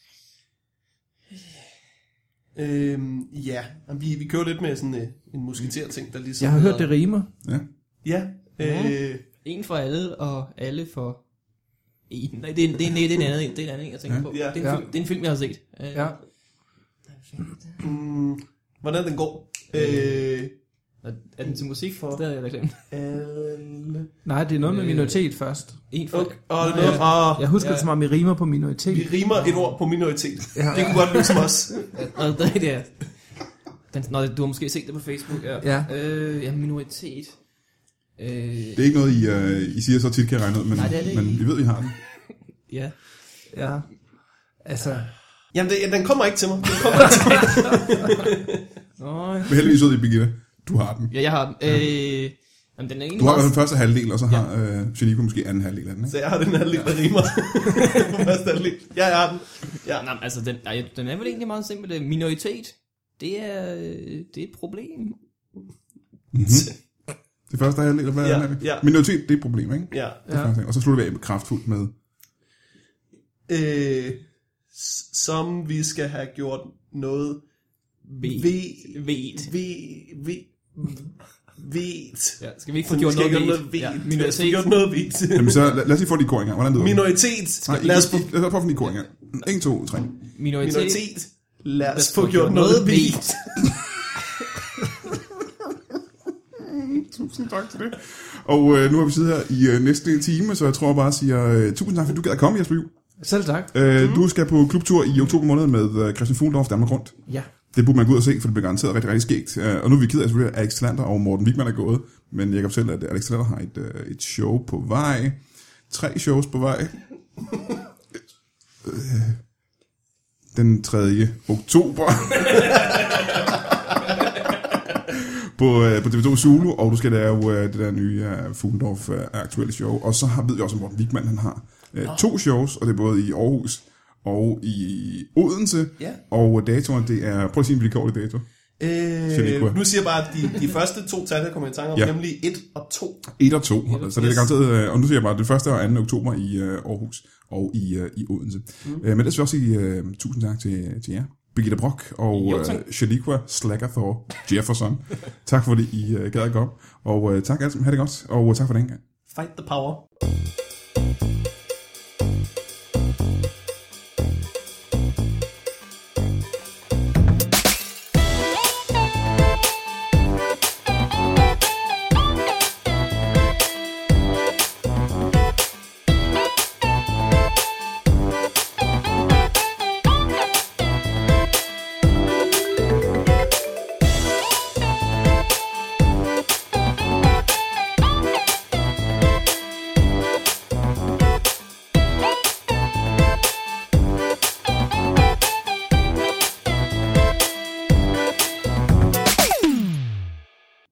Øhm, ja, vi, vi kører lidt med sådan øh, en musketer-ting, der ligesom... Jeg har hørt, det rimer. Ja. Ja, øh, En for alle, og alle for en. Nej, det er, det er, det er en anden, det er en anden, jeg tænker Ja. på. Ja. Det, er en Ja. film, det er en film, jeg har set. Øh, Ja. mm, hvordan den går? Øh, Er, er den til musik? For... Det havde jeg da glemt. alle... Nej, det er noget med Øh, minoritet først. En for... Okay. Og det er noget fra... Jeg husker Ja. det som om, I rimer på minoritet. Vi rimer et ord på minoritet. Ja. Det kunne godt lyde som os. Nå, det er det. Den, nå, du har måske set det på Facebook, ja. Ja. Øh, ja, minoritet. Øh, Det er ikke noget, I, øh, I siger så tit, kan jeg regne ud, men, Nej, det er det men ikke. vi ved, I har den. ja. Ja. Altså, Jamen, det, den kommer ikke til mig. Den kommer ikke til mig. Nå, Men heldigvis ved I, Birgitte, du har den. ja, jeg har den. Øh, jamen, den er egentlig Du har meget... den første halvdel, og så har øh, Geniko måske anden halvdel af den, ikke? Så jeg har den her lille, der rimer. På første halvdel. Ja, jeg har den. Ja. Nej, altså, den, nej, den er vel egentlig meget simpel. Minoritet, det er, det er et problem. Mm-hmm. Det første halvdel, eller hvad Ja, er det? ja. Minoritet, det er et problem, ikke? Ja. Det er første, og så slutter vi af med kraftfuldt med... Øh, s- som vi skal have gjort noget Ved. ved, Ved. ved, ved, ved. Ja, skal vi ikke få Som vi gjort skal noget have ved? gjort noget ved. Ja, Lad os få minoritet. gjort noget ved. Jamen så, lad, lad os lige få de koringer. Hvordan lyder det? Minoritet. Nej, Lad os få lad os prøve at få de koringer. en, to, tre. Minoritet. minoritet. Lad os få gjort noget ved. Tusind tak til det. Og øh, nu har vi siddet her i øh, næste time, så jeg tror bare at sige øh, tusind tak, fordi du gad at komme, Jesper Juhl. Selv tak. Øh, mm. Du skal på klubtur i oktober måned med øh, Christian Fuglendorf Danmark Rundt. Ja. Det burde man gå ud og se, for det bliver garanteret rigtig, rigtig skægt. Øh, og nu er vi ked af, at Alex Talander og Morten Wigman er gået. Men jeg kan fortælle, at Alex Talander har et, øh, et show på vej. Tre shows på vej. øh, den tredje oktober. på, øh, på T V to Zulu, og du skal lave øh, det der nye øh, Fuglendorf øh, aktuelle show. Og så har, ved jeg også, at Morten Wigman han har øh, to shows, og det er både i Aarhus og i Odense. Ja. Og datoren, det er... Prøv at sige en vilkårlig dato. Øh, nu siger jeg bare, at de, de første to tal, der kommer i tanke om, ja. Nemlig et og to. et og to, så det er garanteret... Og nu siger jeg bare, at det første og anden oktober i uh, Aarhus og i, uh, i Odense. Mm. Uh, men det skal også sige uh, tusind tak til, til jer. Birgitte Brock og uh, Shaliqua Slackerthor Jefferson. Tak fordi I uh, gad at komme. Og uh, tak alle sammen. Ha' det godt. Og uh, tak for den gang. Fight the power.